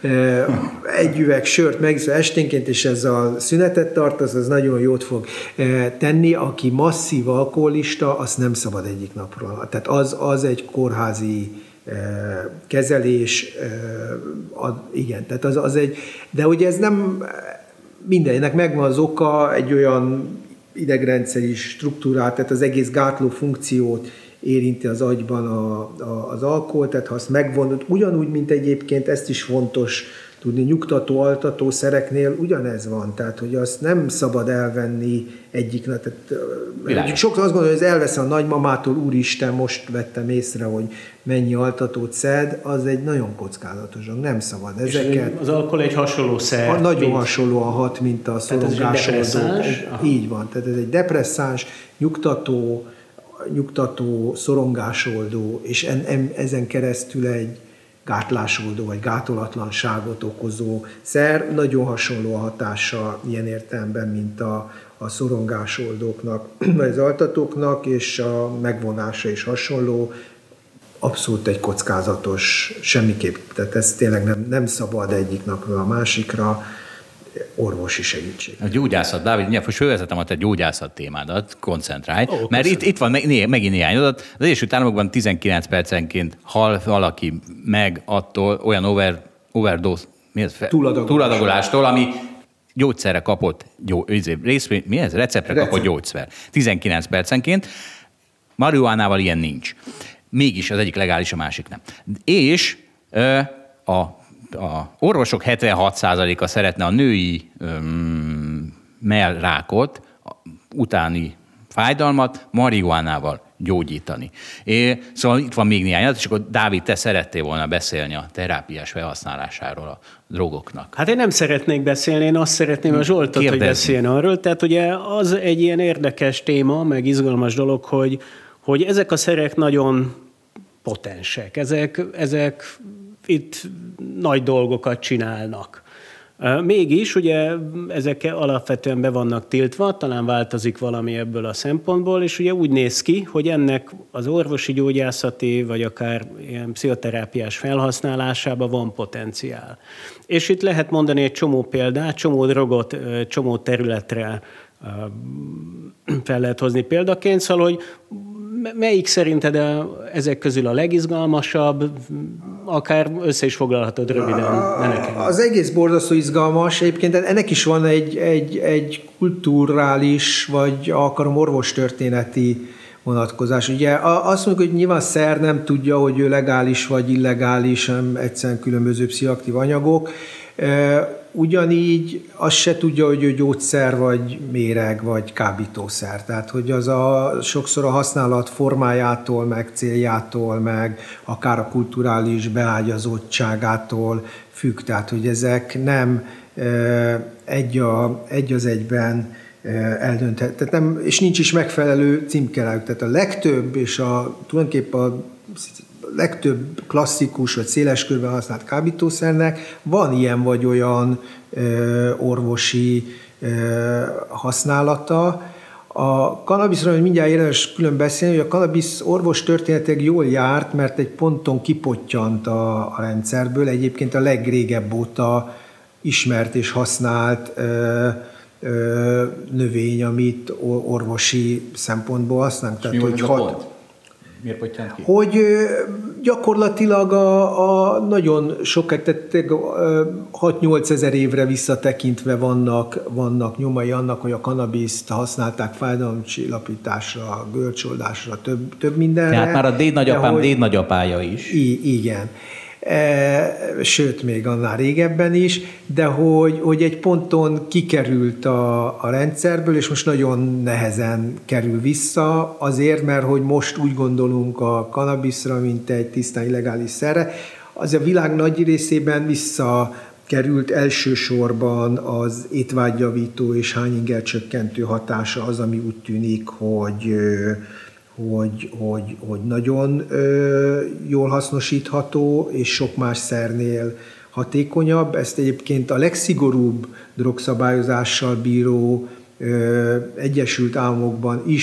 egy üveg sört megiszol esténként, és ez a szünetet tartasz, az nagyon jót fog tenni. Aki masszív alkoholista, azt nem szabad egyik napról. Tehát az, az egy kórházi kezelés, igen, tehát az, az egy, de ugye ez nem mindennek megvan az oka, egy olyan idegrendszeri struktúrát, tehát az egész gátló funkciót érinti az agyban a, a, az alkohol, tehát ha azt megvonod, ugyanúgy, mint egyébként ezt is fontos tudni, nyugtató, altató szereknél ugyanez van, tehát hogy azt nem szabad elvenni egyiknek. Tehát, sokszor azt gondolom, hogy ez elveszem a nagymamától, úristen, most vettem észre, hogy mennyi altatót szed, az egy nagyon kockázatos, nem szabad. Ezeket, az alkohol egy hasonló szer. Nagyon mint... hasonlóan hat, mint a szorongásoldó. Így van, tehát ez egy depresszáns, nyugtató, nyugtató, szorongásoldó, és en, en, ezen keresztül egy gátlásoldó vagy gátolatlanságot okozó szer, nagyon hasonló a hatása ilyen értelemben, mint a, a szorongásoldóknak, vagy az altatóknak, és a megvonása is hasonló, abszolút egy kockázatos, semmiképp, tehát ez tényleg nem, nem szabad egyik napról a másikra, orvosi segítség. A gyógyászat, Dávid, most fölvezetem a te gyógyászat témádat, koncentrálj, Ó, mert itt, itt van né, megint néhány adat. Az Egyesült Államokban tizenkilenc percenként hal valaki meg attól olyan over, overdose, mi ez? Túladagolás. túladagolástól, ami gyógyszerre kapott, gyó, részvény, mi ez? Receptre Recept. kapott gyógyszer. tizenkilenc percenként. Marihuánával ilyen nincs. Mégis az egyik legális, a másik nem. És ö, a A orvosok hetvenhat százaléka szeretne a női öm, mellrákot, utáni fájdalmat marihuánával gyógyítani. É, szóval itt van még néhány, és akkor Dávid, te szerettél volna beszélni a terápiás felhasználásáról a drogoknak. Hát én nem szeretnék beszélni, én azt szeretném a Zsoltot, Kérdezni. hogy beszéljen arról. Tehát ugye az egy ilyen érdekes téma, meg izgalmas dolog, hogy, hogy ezek a szerek nagyon potensek. Ezek, ezek itt nagy dolgokat csinálnak. Mégis ugye ezek alapvetően be vannak tiltva, talán változik valami ebből a szempontból, és ugye úgy néz ki, hogy ennek az orvosi gyógyászati, vagy akár ilyen pszichoterápiás felhasználásában van potenciál. És itt lehet mondani egy csomó példát, csomó drogot, csomó területre fel lehet hozni példaként, szóval, hogy melyik szerinted ezek közül a legizgalmasabb, akár össze is foglalhatod röviden? Az egész borzasztó izgalmas. Egyébként ennek is van egy, egy, egy kulturális, vagy akarom orvostörténeti vonatkozás. Ugye azt mondjuk, hogy nyilván szer nem tudja, hogy ő legális vagy illegális, hanem egyszerűen különböző pszichoaktív anyagok. Ugyanígy azt se tudja, hogy ő gyógyszer, vagy méreg, vagy kábítószer. Tehát, hogy az a, sokszor a használat formájától, meg céljától, meg akár a kulturális beágyazottságától függ. Tehát, hogy ezek nem egy, a, egy az egyben eldönthet. Tehát nem, és nincs is megfelelő címkelejük. Tehát a legtöbb, és a, tulajdonképpen a legtöbb klasszikus vagy széles körben használt kábítószernek van ilyen vagy olyan ö, orvosi ö, használata. A kannabiszról mindjárt érdemes külön beszélni, hogy a kannabisz orvos történetileg jól járt, mert egy ponton kipottyant a, a rendszerből, egyébként a legrégebb óta ismert és használt ö, ö, növény, amit orvosi szempontból használunk. Tehát, hogy hat, miért pottyant ki? Hogy gyakorlatilag a, a nagyon sok, tehát hat-nyolc ezer évre visszatekintve vannak, vannak nyomai annak, hogy a kannabiszt használták fájdalomcsillapításra, görcsoldásra, több, több mindenre. Tehát már a dédnagyapám hogy, dédnagyapája is. I, igen. E, sőt, még annál régebben is, de hogy, hogy egy ponton kikerült a, a rendszerből, és most nagyon nehezen kerül vissza, azért, mert hogy most úgy gondolunk a kannabiszra, mint egy tisztán illegális szerre, az a világ nagy részében visszakerült elsősorban az étvágyjavító és hányinger csökkentő hatása az, ami úgy tűnik, hogy Hogy, hogy, hogy nagyon ö, jól hasznosítható, és sok más szernél hatékonyabb. Ezt egyébként a legszigorúbb drogszabályozással bíró ö, Egyesült Államokban is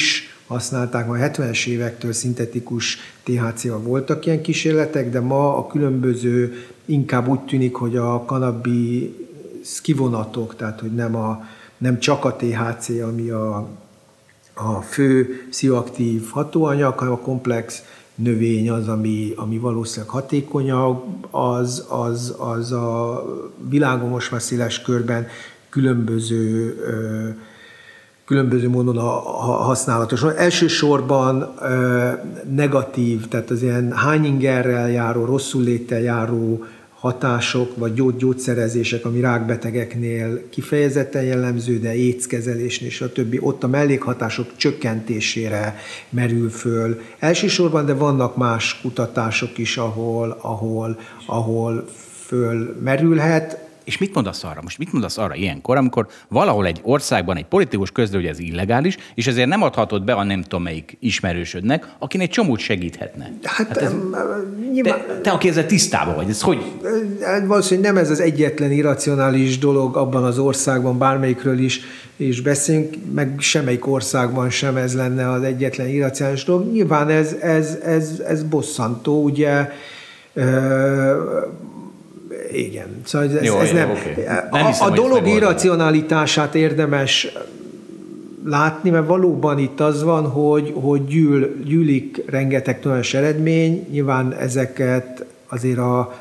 használták, majd hetvenes évektől szintetikus té há céval voltak ilyen kísérletek, de ma a különböző, inkább úgy tűnik, hogy a cannabis kivonatok, tehát hogy nem, a, nem csak a té há cé, ami a, a fő pszichoaktív hatóanyag, hanem a komplex növény az, ami, ami valószínűleg hatékonyabb, az, az, az a világon most már széles körben különböző, különböző módon használatos. Elsősorban negatív, tehát az ilyen hányingerrel járó, rosszul léttel járó hatások, vagy gyógy, gyógyszerezések, ami rákbetegeknél kifejezetten jellemző, de AIDS kezelésnél, stb. Ott a mellékhatások csökkentésére merül föl. Elsősorban, de vannak más kutatások is, ahol, ahol, ahol fölmerülhet. És mit mondasz arra? Most mit mondasz arra ilyenkor, amikor valahol egy országban egy politikus közlő, hogy ez illegális, és ezért nem adhatod be a nem tudom melyik ismerősödnek, akin egy csomót segíthetne? Hát, hát ez, nyilván, te, te, aki ezzel tisztában vagy, ez hogy? Valószínűleg nem ez az egyetlen irracionális dolog abban az országban, bármelyikről is, és beszélünk, meg semmelyik országban sem ez lenne az egyetlen irracionális dolog. Nyilván ez, ez, ez, ez bosszantó, ugye, igen. Szóval ez, jó, ez jó, nem. Okay. Nem hiszem, a a dolog irracionalitását érdemes látni, mert valóban itt az van, hogy, hogy gyűl, gyűlik rengeteg tudományos eredmény, nyilván ezeket azért a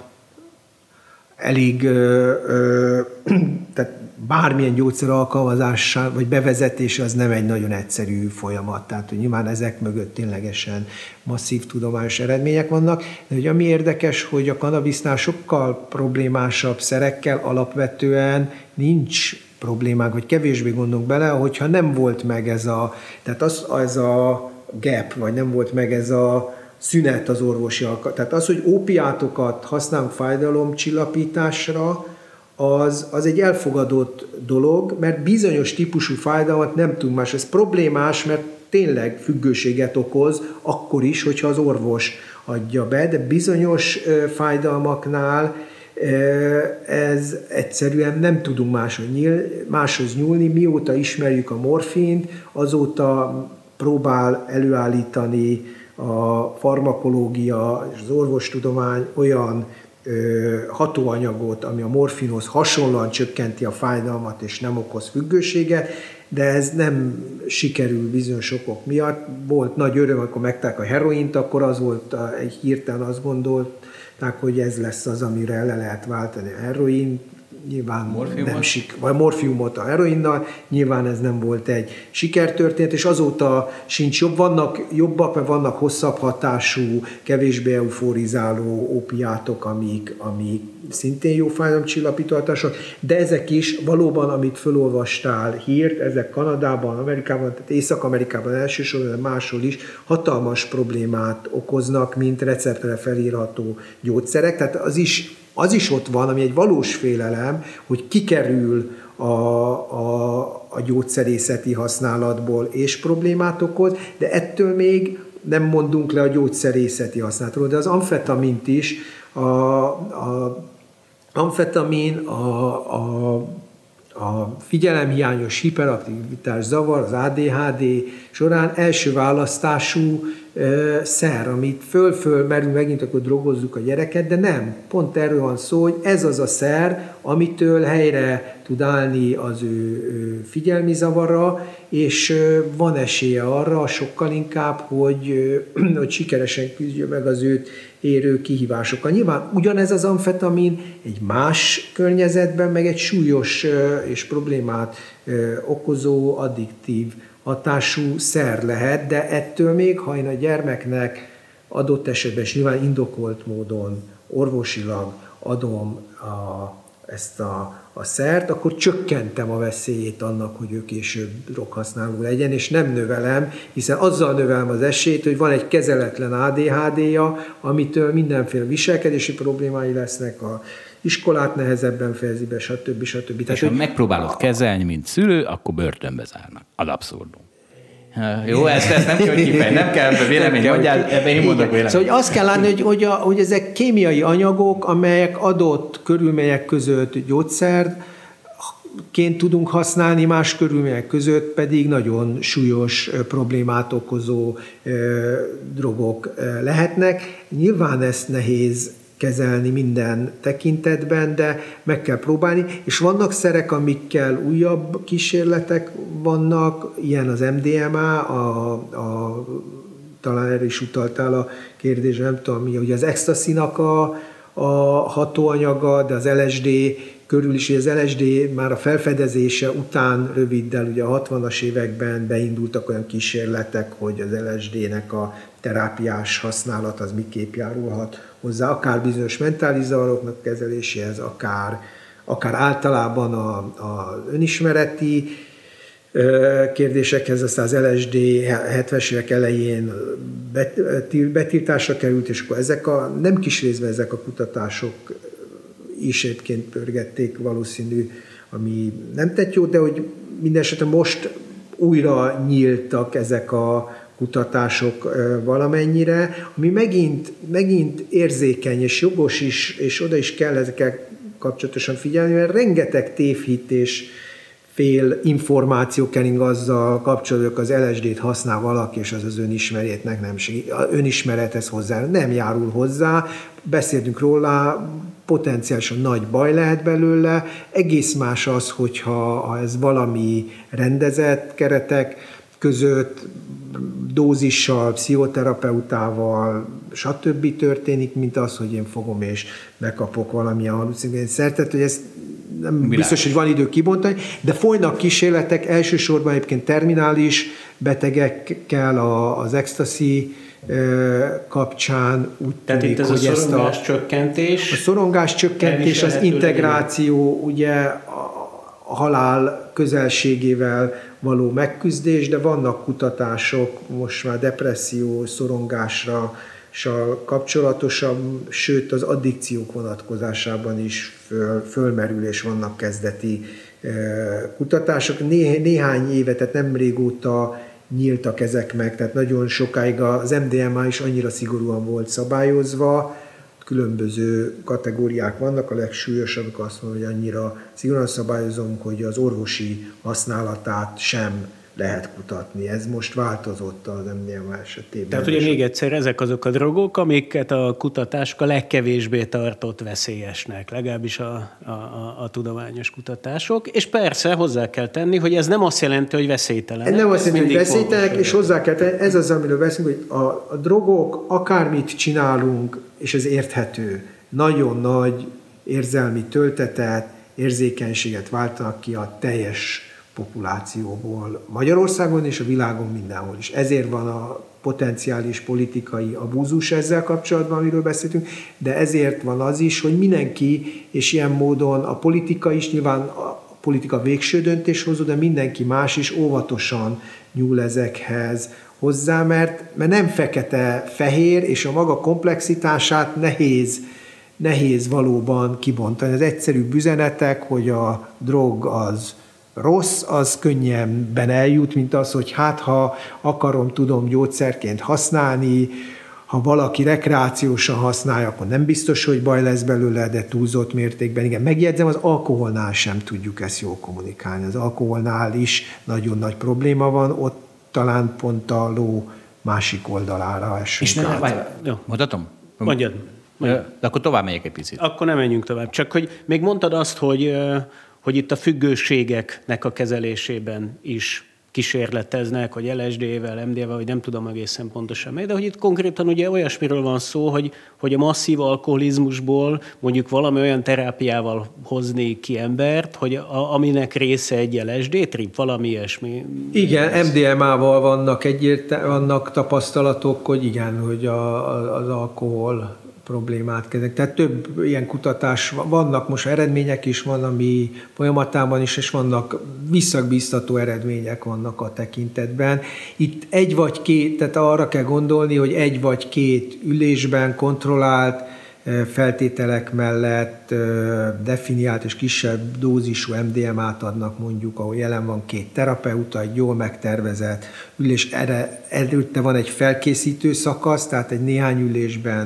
elég, ö, ö, tehát bármilyen gyógyszer alkalmazása vagy bevezetése az nem egy nagyon egyszerű folyamat. Tehát, hogy nyilván ezek mögött ténylegesen masszív tudományos eredmények vannak. De hogy ami érdekes, hogy a kannabisznál sokkal problémásabb szerekkel alapvetően nincs problémák, vagy kevésbé gondolunk bele, hogyha nem volt meg ez a, tehát az, az a gap, vagy nem volt meg ez a szünet az orvosi alkalmat. Tehát az, hogy ópiátokat használunk fájdalomcsillapításra, Az, az egy elfogadott dolog, mert bizonyos típusú fájdalmat nem tudunk más. Ez problémás, mert tényleg függőséget okoz, akkor is, hogyha az orvos adja be, de bizonyos fájdalmaknál ez egyszerűen nem tudunk máshoz nyúlni. Mióta ismerjük a morfint, azóta próbál előállítani a farmakológia és az orvostudomány olyan hatóanyagot, ami a morfinhoz hasonlóan csökkenti a fájdalmat és nem okoz függőséget, de ez nem sikerül bizonyos okok miatt. Volt nagy öröm, amikor megtalálták a heroint, akkor az volt, egy hirtelen azt gondolták, hogy ez lesz az, amire le lehet váltani a heroin. Nyilván morfiumot? nem sik, vagy morfiumot a heroinnal, nyilván ez nem volt egy sikertörténet, és azóta sincs jobb, vannak jobbak, mert vannak hosszabb hatású, kevésbé euforizáló opiátok, amik, amik szintén jó fájdalomcsillapító hatások, de ezek is valóban, amit felolvastál hírt, ezek Kanadában, Amerikában, tehát Észak-Amerikában elsősorban, de máshol is hatalmas problémát okoznak, mint receptre felírható gyógyszerek, tehát az is Az is ott van, ami egy valós félelem, hogy kikerül a, a, a gyógyszerészeti használatból és problémát okoz, de ettől még nem mondunk le a gyógyszerészeti használatról, de az amfetamint is, a, a amfetamin, a, a, a figyelemhiányos hiperaktivitás zavar, az á dé há dé során első választású szer, amit föl-föl merül megint, akkor drogozzuk a gyereket, de nem. Pont erről van szó, hogy ez az a szer, amitől helyre tud állni az ő, ő figyelmi zavara, és van esélye arra sokkal inkább, hogy, hogy sikeresen küzdjön meg az őt érő kihívásokkal. Nyilván ugyanez az amfetamin egy más környezetben, meg egy súlyos és problémát okozó addiktív hatású szer lehet, de ettől még, ha én a gyermeknek adott esetben, és nyilván indokolt módon orvosilag adom a, ezt a, a szert, akkor csökkentem a veszélyét annak, hogy ő később droghasználó legyen, és nem növelem, hiszen azzal növelem az esélyt, hogy van egy kezeletlen á dé há dé-ja, amitől mindenféle viselkedési problémái lesznek, a iskolát nehezebben fejezi be, stb. stb. És Tehát, ha megpróbálod kezelni, mint szülő, akkor börtönbe zárnak. Ad abszurdum. Jó, ezt, ezt nem kell, hogy kifejni, nem kell vélemény, mondjál, ebben én mondok vélemény. Szóval hogy azt kell látni, hogy, hogy, a, hogy ezek kémiai anyagok, amelyek adott körülmények között gyógyszert ként tudunk használni, más körülmények között pedig nagyon súlyos problémát okozó drogok lehetnek. Nyilván ezt nehéz kezelni minden tekintetben, de meg kell próbálni, és vannak szerek, amikkel újabb kísérletek vannak, ilyen az em dé em á, a, a, talán erre is utaltál a kérdés, nem tudom mi, ugye az ecstasy-nak a, a hatóanyaga, de az el es dé körül is, hogy az el es dé már a felfedezése után röviddel, ugye a hatvanas években beindultak olyan kísérletek, hogy az el es dé-nek a terápiás használat az miképp járulhat hozzá, akár bizonyos mentális zavaroknak kezeléséhez, akár, akár általában a, a önismereti kérdésekhez, aztán az el es dé hetvenes évek elején betiltásra került, és akkor ezek a, nem kis részben ezek a kutatások is egyébként pörgették valószínű, ami nem tett jó, de hogy mindenesetre most újra nyíltak ezek a kutatások valamennyire, ami megint, megint érzékeny és jogos is, és oda is kell ezekkel kapcsolatosan figyelni, mert rengeteg tévhit és fél információ kering azzal kapcsolatban, az el es dét használ valaki, és az az önismeretnek nem segít. Az önismerethez hozzá nem járul hozzá, beszéltünk róla, potenciálisan nagy baj lehet belőle, egész más az, hogyha ha ez valami rendezett keretek között, dózissal, pszichoterapeutával, stb. Történik, mint az, hogy én fogom és megkapok valamilyen halucinogén szertet, hogy ez nem Milán. Biztos, hogy van idő kibontani, de folynak kísérletek, elsősorban egyébként terminális betegekkel az ecstasy kapcsán úgy Tehát tűnik, itt ez hogy a ezt szorongás a, csökkentés, a szorongás csökkentés, az integráció, ugye a halál közelségével való megküzdés, de vannak kutatások most már depresszió, szorongásra kapcsolatosan, sőt az addikciók vonatkozásában is föl, fölmerül, és vannak kezdeti kutatások. Né, néhány éve, tehát nem régóta nyíltak ezek meg, tehát nagyon sokáig az em dé em á is annyira szigorúan volt szabályozva, különböző kategóriák vannak, a legsúlyosabbak azt mondja, hogy annyira szigorúan szabályozunk, hogy az orvosi használatát sem lehet kutatni. Ez most változott az em dé em á esetében. Tehát ugye még egyszer, ezek azok a drogok, amiket a kutatások a legkevésbé tartott veszélyesnek, legalábbis a, a, a, a tudományos kutatások, és persze hozzá kell tenni, hogy ez nem azt jelenti, hogy veszélytelenek. Ez nem azt jelenti, hogy veszélytelenek, és hozzá kell tenni, ez az, amiről beszélünk, hogy a, a drogok, akármit csinálunk, és ez érthető, nagyon nagy érzelmi töltetet, érzékenységet váltanak ki a teljes populációból Magyarországon és a világon mindenhol is. Ezért van a potenciális politikai abúzus ezzel kapcsolatban, amiről beszéltünk, de ezért van az is, hogy mindenki, és ilyen módon a politika is, nyilván a politika végső döntéshozó, de mindenki más is óvatosan nyúl ezekhez hozzá, mert, mert nem fekete-fehér, és a maga komplexitását nehéz, nehéz valóban kibontani. Az egyszerűbb üzenetek, hogy a drog az rossz, az könnyebben eljut, mint az, hogy hát ha akarom, tudom gyógyszerként használni, ha valaki rekreációsan használja, akkor nem biztos, hogy baj lesz belőle, de túlzott mértékben. Igen, megjegyzem, az alkoholnál sem tudjuk ezt jól kommunikálni. Az alkoholnál is nagyon nagy probléma van, ott talán pont a ló másik oldalára esünk. És nem, várj, mondhatom? Mondjad. Mondjad. De akkor tovább megyek egy picit. Akkor nem menjünk tovább. Csak hogy még mondtad azt, hogy hogy itt a függőségeknek a kezelésében is kísérleteznek, hogy el es dé-vel, em dé em á-vel, vagy nem tudom egészen pontosan meg, de hogy itt konkrétan ugye olyasmiről van szó, hogy, hogy a masszív alkoholizmusból mondjuk valami olyan terápiával hozni ki embert, hogy a, aminek része egy el es dé-trip, valami ilyesmi. Igen, em dé em á-val vannak, egyértelmű, vannak tapasztalatok, hogy igen, hogy a, az alkohol problémát kezdek. Tehát több ilyen kutatás vannak, most eredmények is van, ami folyamatában is, és vannak visszagbíztató eredmények vannak a tekintetben. Itt egy vagy két, tehát arra kell gondolni, hogy egy vagy két ülésben kontrollált feltételek mellett definiált és kisebb dózisú em dé em á-t adnak mondjuk, ahol jelen van két terapeuta, egy jól megtervezett ülés, erre előtte van egy felkészítő szakasz, tehát egy néhány ülésben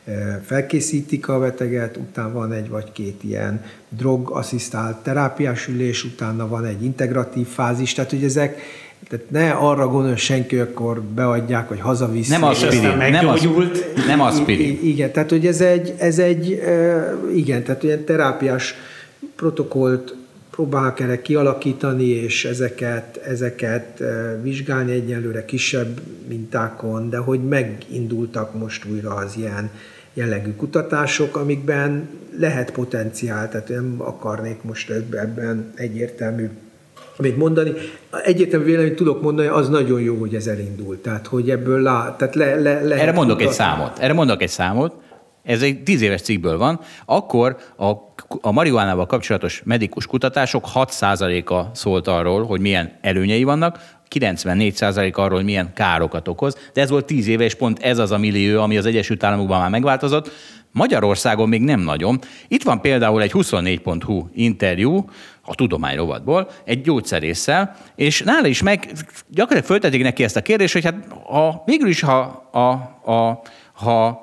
felkészítik a beteget, utána van egy vagy két ilyen drogasszisztált terápiás ülés, utána van egy integratív fázis, tehát hogy ezek, tehát ne arra gondoljon senki, hogy akkor beadják, vagy hazaviszik. Nem aspirin, nem aspirin. Nem aspirin. Igen, tehát hogy ez egy, ez egy igen, tehát ilyen terápiás protokollt próbálnak erre kialakítani, és ezeket, ezeket vizsgálni egyelőre kisebb mintákon, de hogy megindultak most újra az ilyen jellegű kutatások, amikben lehet potenciál, tehát nem akarnék most ebben egyértelmű amit mondani. Egyértelmű véleményt tudok mondani, az nagyon jó, hogy ez elindult. Tehát, hogy ebből lá, tehát le, le, lehet Erre mondok kutatni. egy számot. Erre mondok egy számot. Ez egy tíz éves cikkből van. Akkor a, a marihuánával kapcsolatos medikus kutatások hat százaléka szólt arról, hogy milyen előnyei vannak, kilencvennégy százalék arról, hogy milyen károkat okoz, de ez volt tíz éve, és pont ez az a millió, ami az Egyesült Államokban már megváltozott. Magyarországon még nem nagyon. Itt van például egy huszonnégy pont hu interjú a tudomány rovatból, egy gyógyszerésszel, és nála is meg gyakorlatilag föltetik neki ezt a kérdést, hogy hát a, végül is, ha, a, a, ha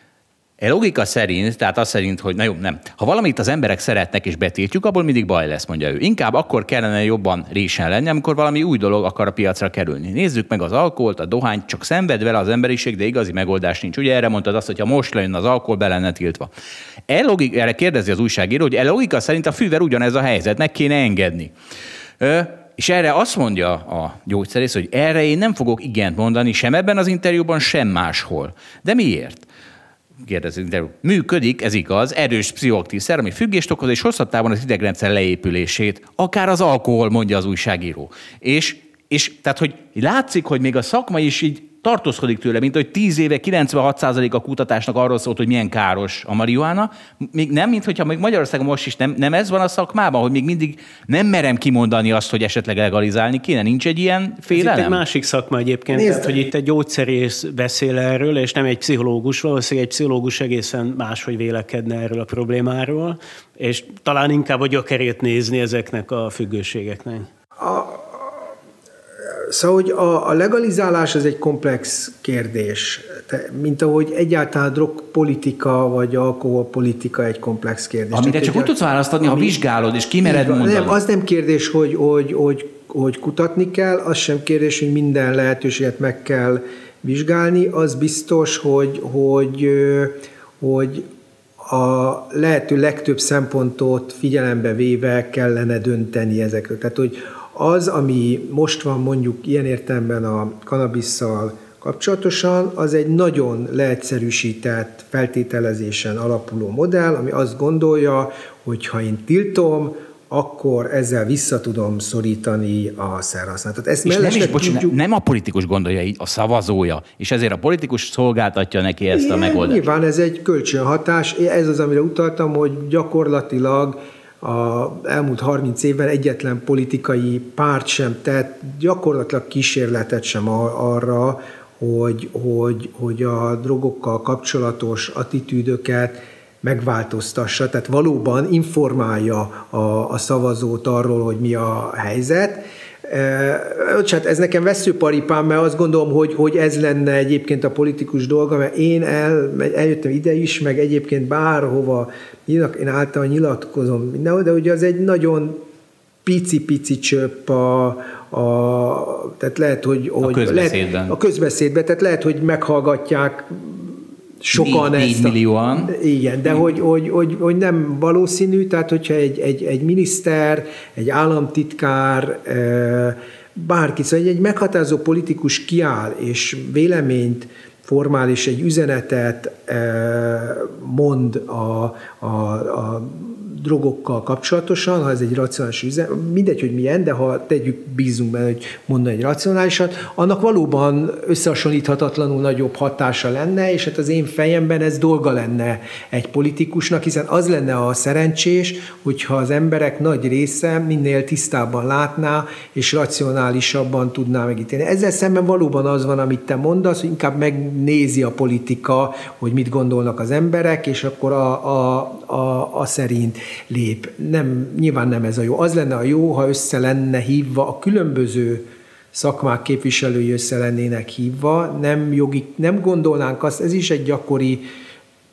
E logika szerint, tehát az szerint, hogy na jó, nem. Ha valamit az emberek szeretnek és betiltjuk, abból mindig baj lesz, mondja ő. Inkább akkor kellene jobban résen lenni, amikor valami új dolog akar a piacra kerülni. Nézzük meg az alkoholt, a dohányt, csak szenved vele az emberiség, de igazi megoldás nincs. Ugye erre mondtad azt, hogy ha most lenne az alkohol, be lenne tiltva. E logika, erre kérdezi az újságíró, hogy e logika szerint a fűvel ugyanez a helyzet, meg kéne engedni. Ö, És erre azt mondja a gyógyszerész, hogy erre én nem fogok igent mondani, sem ebben az interjúban, sem máshol. De miért? Kérdezi, működik, ez igaz, erős pszichoaktív szer, ami függést okoz, és hosszabb távon az idegrendszer leépülését, akár az alkohol, mondja az újságíró. És, és tehát, hogy látszik, hogy még a szakma is így tartózkodik tőle, mint hogy tíz éve kilencvenhat százalék a kutatásnak arról szólt, hogy milyen káros a marihuána. Még nem, mint hogyha még Magyarországon most is nem, nem ez van a szakmában, hogy még mindig nem merem kimondani azt, hogy esetleg legalizálni kéne. Nincs egy ilyen félelem? Ez itt egy másik szakma egyébként, Nézd. Tehát, hogy itt egy gyógyszerész beszél erről, és nem egy pszichológus, valószínűleg egy pszichológus egészen máshogy vélekedne erről a problémáról, és talán inkább a gyökerét nézni ezeknek a függőségeknek. A... Szóval, hogy a, a legalizálás az egy komplex kérdés, Te, mint ahogy egyáltalán drogpolitika vagy alkoholpolitika egy komplex kérdés. Amire csak úgy tudsz választani, ami, ha vizsgálod, és kimered mondani. Nem, az nem kérdés, hogy, hogy, hogy, hogy kutatni kell, az sem kérdés, hogy minden lehetőséget meg kell vizsgálni, az biztos, hogy, hogy, hogy a lehető legtöbb szempontot figyelembe véve kellene dönteni ezekről. Tehát, hogy az, ami most van mondjuk ilyen értelemben a kannabisszal kapcsolatosan, az egy nagyon leegyszerűsített feltételezésen alapuló modell, ami azt gondolja, hogy ha én tiltom, akkor ezzel vissza tudom szorítani a szerhasználatot. Ezt és nem is, bocs, tudjuk... nem a politikus gondolja így, a szavazója, és ezért a politikus szolgáltatja neki ezt igen, a megoldást. Nyilván ez egy kölcsönhatás, ez az, amire utaltam, hogy gyakorlatilag az elmúlt harminc évben egyetlen politikai párt sem tett gyakorlatilag kísérletet sem arra, hogy, hogy, hogy a drogokkal kapcsolatos attitűdöket megváltoztassa, tehát valóban informálja a, a szavazót arról, hogy mi a helyzet. Hát ez nekem veszőparipám, mert azt gondolom, hogy, hogy ez lenne egyébként a politikus dolga, mert én el, eljöttem ide is, meg egyébként bárhova, én általában nyilatkozom mindenhol, de ugye az egy nagyon pici-pici csöpp a, a tehát lehet, hogy... A közbeszédben. Lehet, a közbeszédben, tehát lehet, hogy meghallgatják sokan négy, ezt. négy millióan. Igen, de hogy, hogy, hogy, hogy nem valószínű, tehát hogyha egy, egy, egy miniszter, egy államtitkár, bárki, szóval egy, egy meghatározó politikus kiáll, és véleményt formál, és egy üzenetet mond a, a, a drogokkal kapcsolatosan, ha ez egy racionális üzenet, mindegy, hogy milyen, de ha tegyük, bízunk benne, hogy mondani egy racionálisat, annak valóban összehasonlíthatatlanul nagyobb hatása lenne, és hát az én fejemben ez dolga lenne egy politikusnak, hiszen az lenne a szerencsés, hogyha az emberek nagy része minél tisztábban látná, és racionálisabban tudná megítélni. Ezzel szemben valóban az van, amit te mondasz, hogy inkább megnézi a politika, hogy mit gondolnak az emberek, és akkor a, a, a, a szerint lép. Nem, nyilván nem ez a jó. Az lenne a jó, ha össze lenne hívva, a különböző szakmák képviselői össze lennének hívva, nem jogi, nem gondolnánk azt, ez is egy gyakori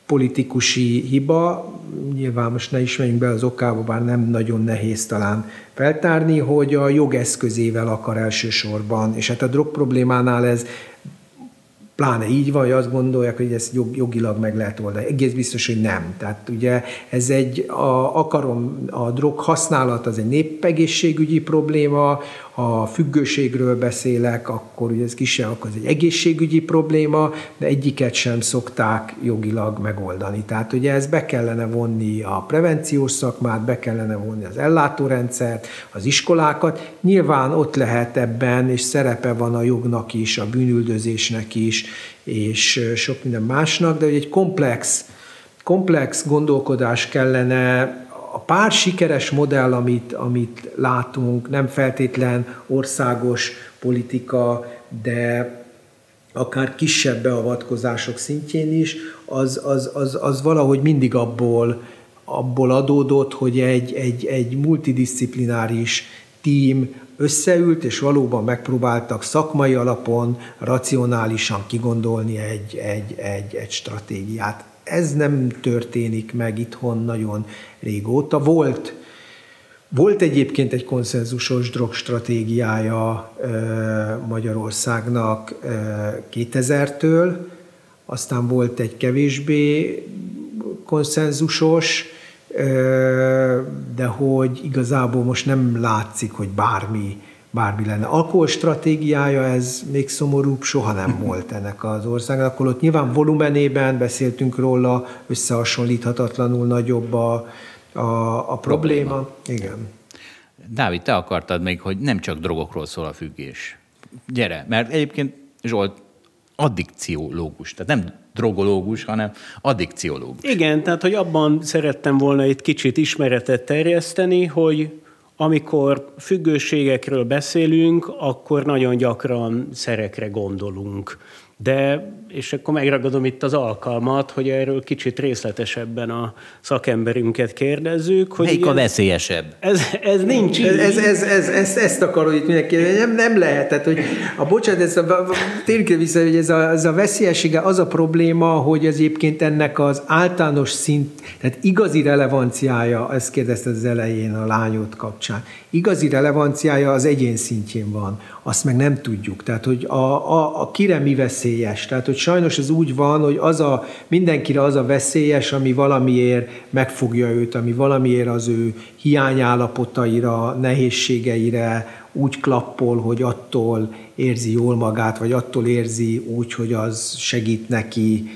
politikusi hiba, nyilván most ne ismerjünk be az okába, bár nem nagyon nehéz talán feltárni, hogy a jogeszközével akar elsősorban, és hát a drog problémánál ez pláne így van, hogy azt gondolják, hogy ezt jogilag meg lehet oldani. Egész biztos, hogy nem. Tehát ugye ez egy, a, akarom, a drog használat az egy népegészségügyi probléma, ha függőségről beszélek, akkor ugye ez kisebb, akkor ez egy egészségügyi probléma, de egyiket sem szokták jogilag megoldani. Tehát ugye ez be kellene vonni a prevenciós szakmát, be kellene vonni az ellátórendszert, az iskolákat. Nyilván ott lehet ebben, és szerepe van a jognak is, a bűnüldözésnek is, és sok minden másnak, de egy komplex, komplex gondolkodás kellene. A pár sikeres modell, amit, amit látunk, nem feltétlen országos politika, de akár kisebb beavatkozások szintjén is, az, az, az, az valahogy mindig abból, abból adódott, hogy egy, egy, egy multidisziplináris tím összeült, és valóban megpróbáltak szakmai alapon, racionálisan kigondolni egy, egy, egy, egy stratégiát. Ez nem történik meg itthon nagyon régóta. Volt, volt egyébként egy konszenzusos drogstratégiája Magyarországnak kétezertől, aztán volt egy kevésbé konszenzusos, de hogy igazából most nem látszik, hogy bármi, bármi lenne. Alkoholstratégiája, ez még szomorúbb, soha nem volt ennek az országnak. Akkor ott nyilván volumenében beszéltünk róla, összehasonlíthatatlanul nagyobb a, a, a probléma. probléma. Igen. Dávid, te akartad még, hogy nem csak drogokról szól a függés. Gyere, mert egyébként Zsolt addikciológus, tehát nem drogológus, hanem addikciológus. Igen, tehát hogy abban szerettem volna egy kicsit ismeretet terjeszteni, hogy amikor függőségekről beszélünk, akkor nagyon gyakran szerekre gondolunk. De, és akkor megragadom itt az alkalmat, hogy erről kicsit részletesebben a szakemberünket kérdezzük. Hogy melyik a veszélyesebb? Ez, ez nincs így. Ez, ez, ez, ez, ezt akarod itt mindenki, nem, nem lehet. Tehát, hogy a bocsánat, ez a, térjük vissza, hogy ez a, ez a veszélyessége az a probléma, hogy az egyébként ennek az általános szint, tehát igazi relevanciája, ezt kérdezted az elején a lányod kapcsán, igazi relevanciája az egyén szintjén van, azt meg nem tudjuk. Tehát, hogy a, a, a kire mi veszélyes. Tehát, hogy sajnos ez úgy van, hogy az a, mindenkire az a veszélyes, ami valamiért megfogja őt, ami valamiért az ő hiányállapotaira, nehézségeire úgy klappol, hogy attól érzi jól magát, vagy attól érzi úgy, hogy az segít neki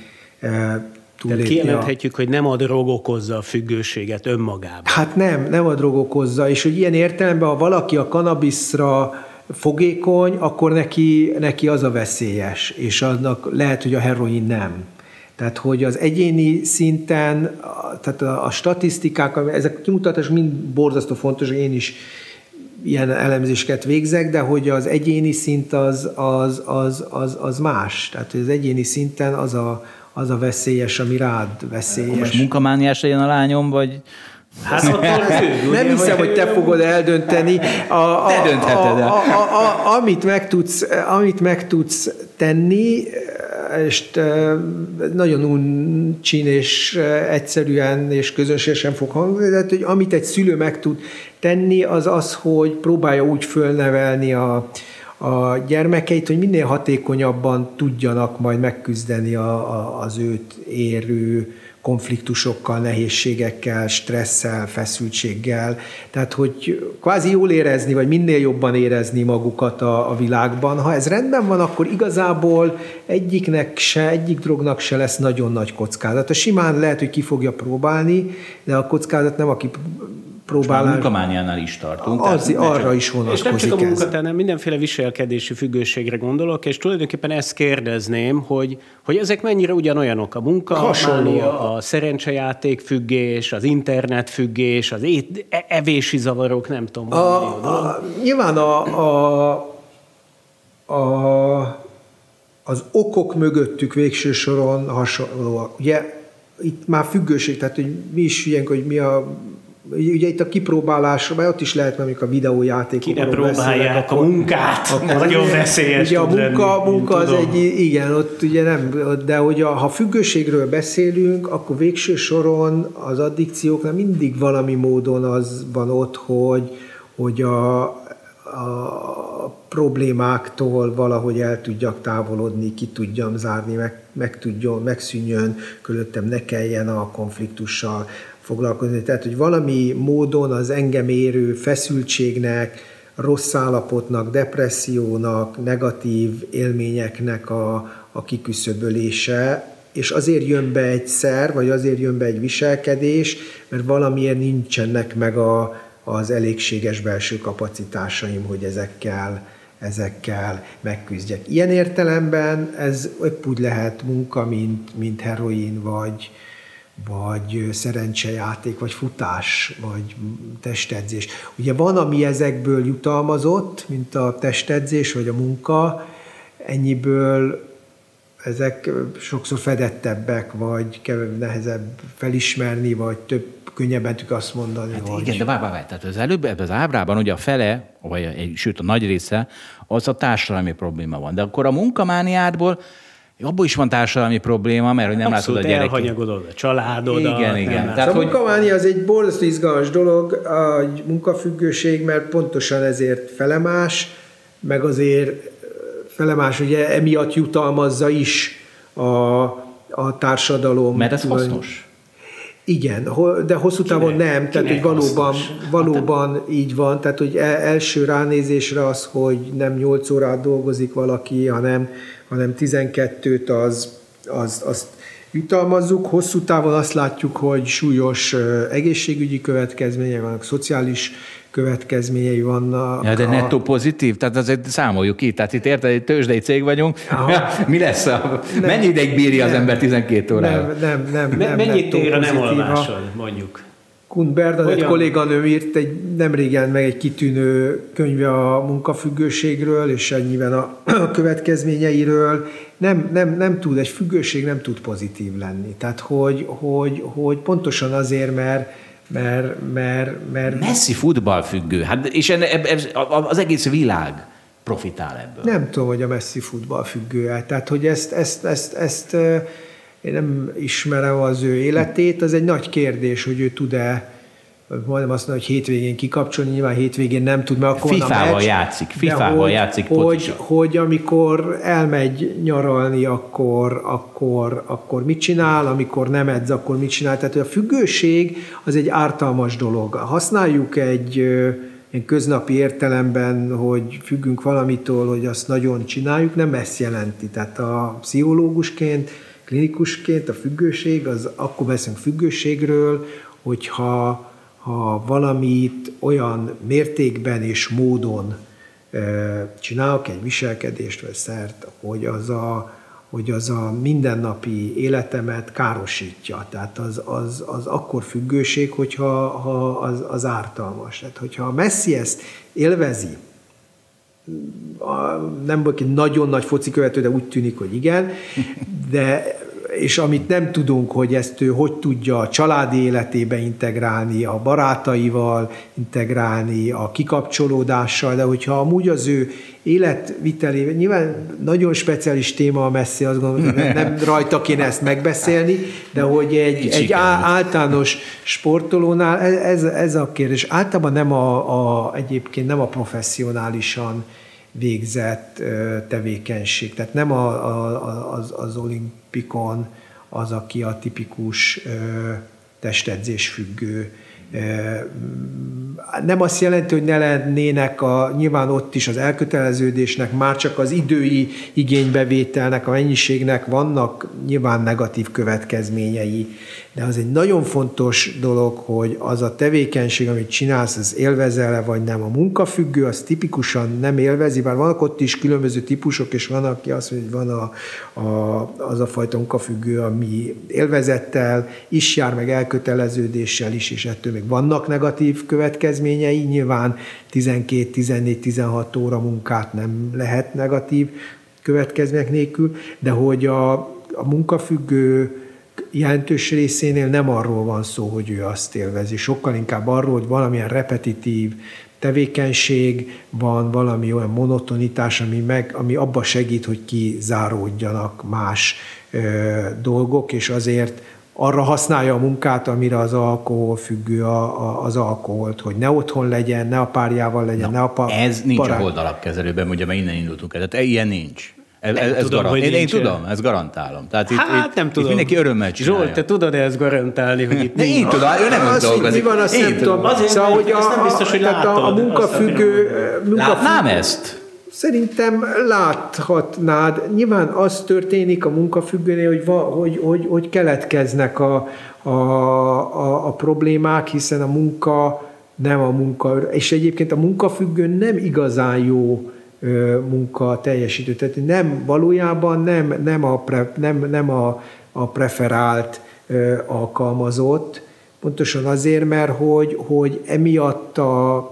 túlélni. Tehát kijelenthetjük, hogy nem a drog okozza a függőséget önmagában. Hát nem, nem a drog okozza, és hogy ilyen értelemben, ha valaki a kannabiszra fogékony, akkor neki, neki az a veszélyes, és annak lehet, hogy a heroin nem. Tehát, hogy az egyéni szinten, tehát a, a statisztikák, ezek a kimutatások mind borzasztó fontos, én is ilyen elemzéseket végzek, de hogy az egyéni szint az, az, az, az, az más. Tehát, hogy az egyéni szinten az a, az a veszélyes, ami rád veszélyes. Most munkamániás legyen a lányom, vagy... Hát függ, nem hiszem, hogy te fogod eldönteni. A, a, te döntheted el. A, a, a, amit, meg tudsz, amit meg tudsz tenni, és nagyon uncsin és egyszerűen és közönségesen fog hangzni, de hogy amit egy szülő meg tud tenni, az az, hogy próbálja úgy fölnevelni a, a gyermekeit, hogy minél hatékonyabban tudjanak majd megküzdeni a, a, az őt érő konfliktusokkal, nehézségekkel, stresszel, feszültséggel. Tehát, hogy kvázi jól érezni, vagy minél jobban érezni magukat a, a világban. Ha ez rendben van, akkor igazából egyiknek se, egyik drognak se lesz nagyon nagy kockázat. A simán lehet, hogy ki fogja próbálni, de a kockázat nem aki próbálás. A munkamániánál is tartunk. Az, arra csak, is vonatkozik. És nem csak a munkát, hanem mindenféle viselkedési függőségre gondolok, és tulajdonképpen ezt kérdezném, hogy, hogy ezek mennyire ugyanolyanok a munkamánia, a szerencsejáték függés, az internet függés, az ét, evési zavarok, nem tudom. A, a, nyilván a, a, a, az okok mögöttük végső soron hasonlóak. Ugye itt már függőség, tehát hogy mi is ilyenkor, hogy mi a ugye itt a kipróbálásra, mert ott is lehet, mondjuk a videójátékokról Ki ne próbálják a munkát, akkor nagyon veszélyes ugye a munka, lenni, munka az egy, igen, ott ugye nem, de hogy a, ha függőségről beszélünk, akkor végső soron az addikcióknál mindig valami módon az van ott, hogy, hogy a, a problémáktól valahogy el tudjak távolodni, ki tudjam zárni, meg, meg tudjon, megszűnjön, körülöttem ne kelljen a konfliktussal foglalkozni. Tehát, hogy valami módon az engem érő feszültségnek, rossz állapotnak, depressziónak, negatív élményeknek a, a kiküszöbölése, és azért jön be egy szer, vagy azért jön be egy viselkedés, mert valamiért nincsenek meg a, az elégséges belső kapacitásaim, hogy ezekkel, ezekkel megküzdjek. Ilyen értelemben ez épp úgy lehet munka, mint, mint heroin, vagy, vagy szerencsejáték, vagy futás, vagy testedzés. Ugye van, ami ezekből jutalmazott, mint a testedzés, vagy a munka, ennyiből ezek sokszor fedettebbek, vagy nehezebb felismerni, vagy több könnyebben tudjuk azt mondani, hát hogy... Igen, de várj, várj, tehát az előbb ebben az ábrában ugye a fele, vagy egy, sőt a nagy része, az a társadalmi probléma van. De akkor a munkamániádból abból is van társadalmi probléma, mert hogy nem látod a gyerekét. Abszolút elhanyagolod a családodat. Igen, igen. Tehát, a munkamánia az egy borzasztó izgalmas dolog, a munkafüggőség, mert pontosan ezért felemás, meg azért felemás, ugye emiatt jutalmazza is a, a társadalom. Mert ez hasznos. Igen, de hosszú távon kinek, nem, tehát hogy valóban, valóban hát így van, tehát hogy első ránézésre az, hogy nem nyolc órát dolgozik valaki, hanem, hanem tizenkettőt, az, az, azt jutalmazzuk. Hosszú távon azt látjuk, hogy súlyos egészségügyi következményei vannak, szociális következményei vannak. Ja, de nettó pozitív? Tehát azért számoljuk ki. Tehát itt érted, egy tőzsdei cég vagyunk. Mi lesz? A, nem, mennyi ideig bírja nem, az ember tizenkét órára? Nem, nem, nem. nem Mennyit ér a nem alvásod, mondjuk? Kuhn Bernadett kolléganőm írt egy, nem régen meg egy kitűnő könyve a munkafüggőségről, és ennyiben a, a következményeiről. Nem, nem, nem tud, egy függőség nem tud pozitív lenni. Tehát, hogy, hogy, hogy pontosan azért, mert Mert, mert, mert... Messzi futballfüggő, hát, és enne, ez, az egész világ profitál ebből. Nem tudom, hogy a Messi futballfüggő. Tehát, hogy ezt, ezt, ezt, ezt én nem ismerem az ő életét, az egy nagy kérdés, hogy ő tud-e, majdnem azt mondom, hogy hétvégén kikapcsolni, nyilván hétvégén nem tud, mert akkor fifával meccs, játszik, fifával hogy, játszik hogy, hogy amikor elmegy nyaralni, akkor, akkor, akkor mit csinál, amikor nem edz, akkor mit csinál. Tehát a függőség az egy ártalmas dolog. Használjuk egy ilyen köznapi értelemben, hogy függünk valamitől, hogy azt nagyon csináljuk, nem ezt jelenti. Tehát a pszichológusként, klinikusként a függőség, az akkor beszélünk függőségről, hogyha ha valamit olyan mértékben és módon csinálok, egy viselkedést vagy szert, hogy az a, hogy az a mindennapi életemet károsítja. Tehát az, az, az akkor függőség, hogyha ha az, az ártalmas. Tehát hogyha a Messi ezt élvezi, nem vagyok egy nagyon nagy foci követő, de úgy tűnik, hogy igen, de és amit nem tudunk, hogy ezt ő hogy tudja a családi életébe integrálni, a barátaival integrálni, a kikapcsolódással, de hogyha amúgy az ő életvitelében, nyilván nagyon speciális téma a Messi, azt gondolom, hogy nem rajta kéne ezt megbeszélni, de hogy egy, egy általános sportolónál ez, ez a kérdés. Általában nem a, a, egyébként nem a professzionálisan végzett tevékenység. Tehát nem a, a, az, az olimpikon az, aki a tipikus testedzés függő. Nem azt jelenti, hogy ne lennének a, nyilván ott is az elköteleződésnek, már csak az idői igénybevételnek, a mennyiségnek vannak nyilván negatív következményei, de az egy nagyon fontos dolog, hogy az a tevékenység, amit csinálsz, az élvezel-e vagy nem. A munkafüggő, az tipikusan nem élvezi, bár vannak ott is különböző típusok, és van, aki azt mondja, hogy van a, a, az a fajta munkafüggő, ami élvezettel is jár, meg elköteleződéssel is, és ettől még vannak negatív következményei. Nyilván tizenkét, tizennégy, tizenhat óra munkát nem lehet negatív következmények nélkül, de hogy a, a munkafüggő jelentős részénél nem arról van szó, hogy ő azt élvezi, sokkal inkább arról, hogy valamilyen repetitív tevékenység van, valami olyan monotonitás, ami, meg, ami abba segít, hogy kizáródjanak más ö, dolgok, és azért arra használja a munkát, amire az alkoholfüggő a, a, az alkoholt, hogy ne otthon legyen, ne a párjával legyen, Na, ne a pa- ez nincs pará... a holdalapkezelőben, ugye, mert innen indultunk el. Tehát ilyen nincs. Ez, ez, ez tudom, garant... én, én nincs. tudom, ezt garantálom. Tehát itt, Hát itt, nem itt tudom. mindenki örömmel csinálja. Zsolt, te tudod-e ezt garantálni, hogy itt De nincs? én tudom, ő nem Az, hogy dolgozik. mi van, azt Én nem tudom. Azért, Szóval, mert hogy ezt nem biztos, hogy tehát a, a látod. munkafüggő... munkafüggő Látnám ezt? Szerintem láthatnád. Nyilván az történik a munkafüggőnél, hogy, va, hogy, hogy, hogy keletkeznek a, a, a, a problémák, hiszen a munka nem a munka, és egyébként a munkafüggő nem igazán jó munka teljesítő. Tehát nem, valójában nem, nem, a, pre, nem, nem a, a preferált alkalmazott, pontosan azért, mert hogy, hogy emiatt a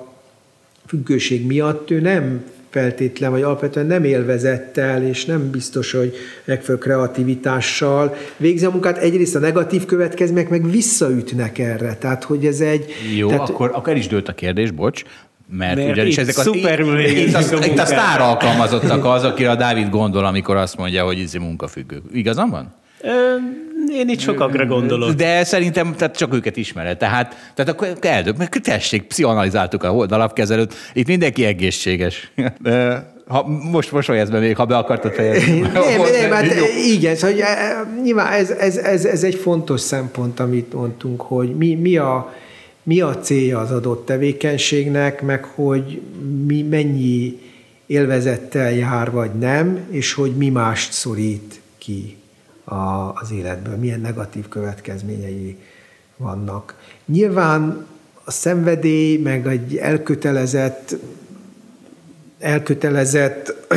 függőség miatt ő nem feltétlen, vagy alapvetően nem élvezettel, és nem biztos, hogy megfelelő kreativitással végzi a munkát. Egyrészt a negatív következmények meg visszaütnek erre. Tehát, hogy ez egy... Jó, tehát, akkor, akkor el is dőlt a kérdés, bocs. Mert, Mert ugyanis itt ezek az, szuperül itt, itt, érezzük a, a itt a munkát. sztár alkalmazottak az, akire a Dávid gondol, amikor azt mondja, hogy ez munkafüggő. Igazam van? Ö, Én itt sokakra gondolok. De szerintem tehát csak őket ismered. Tehát, tehát akkor eldöbb, mert tessék, pszichoanalizáltuk a holdalapkezelőt, itt mindenki egészséges. Ha, most mosolyázz be még, ha be akartad fejezni. Nem, nem, hát igen, szóval, nyilván ez, ez, ez, ez egy fontos szempont, amit mondtunk, hogy mi, mi, a, mi a célja az adott tevékenységnek, meg hogy mi mennyi élvezettel jár, vagy nem, és hogy mi mást szorít ki a, az életből, milyen negatív következményei vannak. Nyilván a szenvedély, meg egy elkötelezett, elkötelezett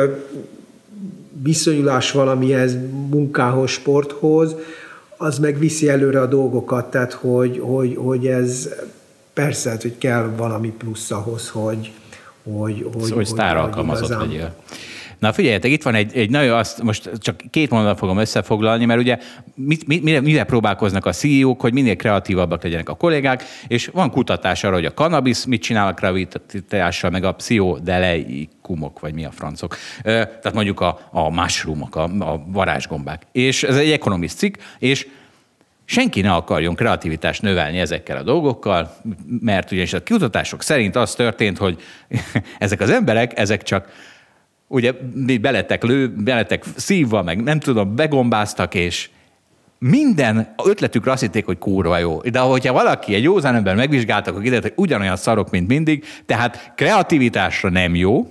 viszonyulás valamihez, munkához, sporthoz, az meg viszi előre a dolgokat, tehát hogy, hogy, hogy ez persze, hogy kell valami plusz ahhoz, hogy hogy, hogy, hogy sztár alkalmazott legyél. Na figyeljetek, itt van egy, egy nagyon, azt most csak két mondatban fogom összefoglalni, mert ugye mit, mit, mire, mire próbálkoznak a cé e ó-k, hogy minél kreatívabbak legyenek a kollégák, és van kutatás arra, hogy a cannabis mit csinál a kreativitással, meg a pszichodeleikumok, vagy mi a francok. Tehát mondjuk a, a mushroomok, a, a varázsgombák. És ez egy Economist cikk, és senki ne akarjon kreativitást növelni ezekkel a dolgokkal, mert ugyanis a kutatások szerint az történt, hogy ezek az emberek, ezek csak ugye beletek lő, beletek szívva, meg nem tudom, begombáztak, és minden ötletükre azt hitték, hogy kurva jó. De hogyha valaki, egy józan ember megvizsgáltak, akkor kiderült, hogy ugyanolyan szarok, mint mindig, tehát kreativitásra nem jó,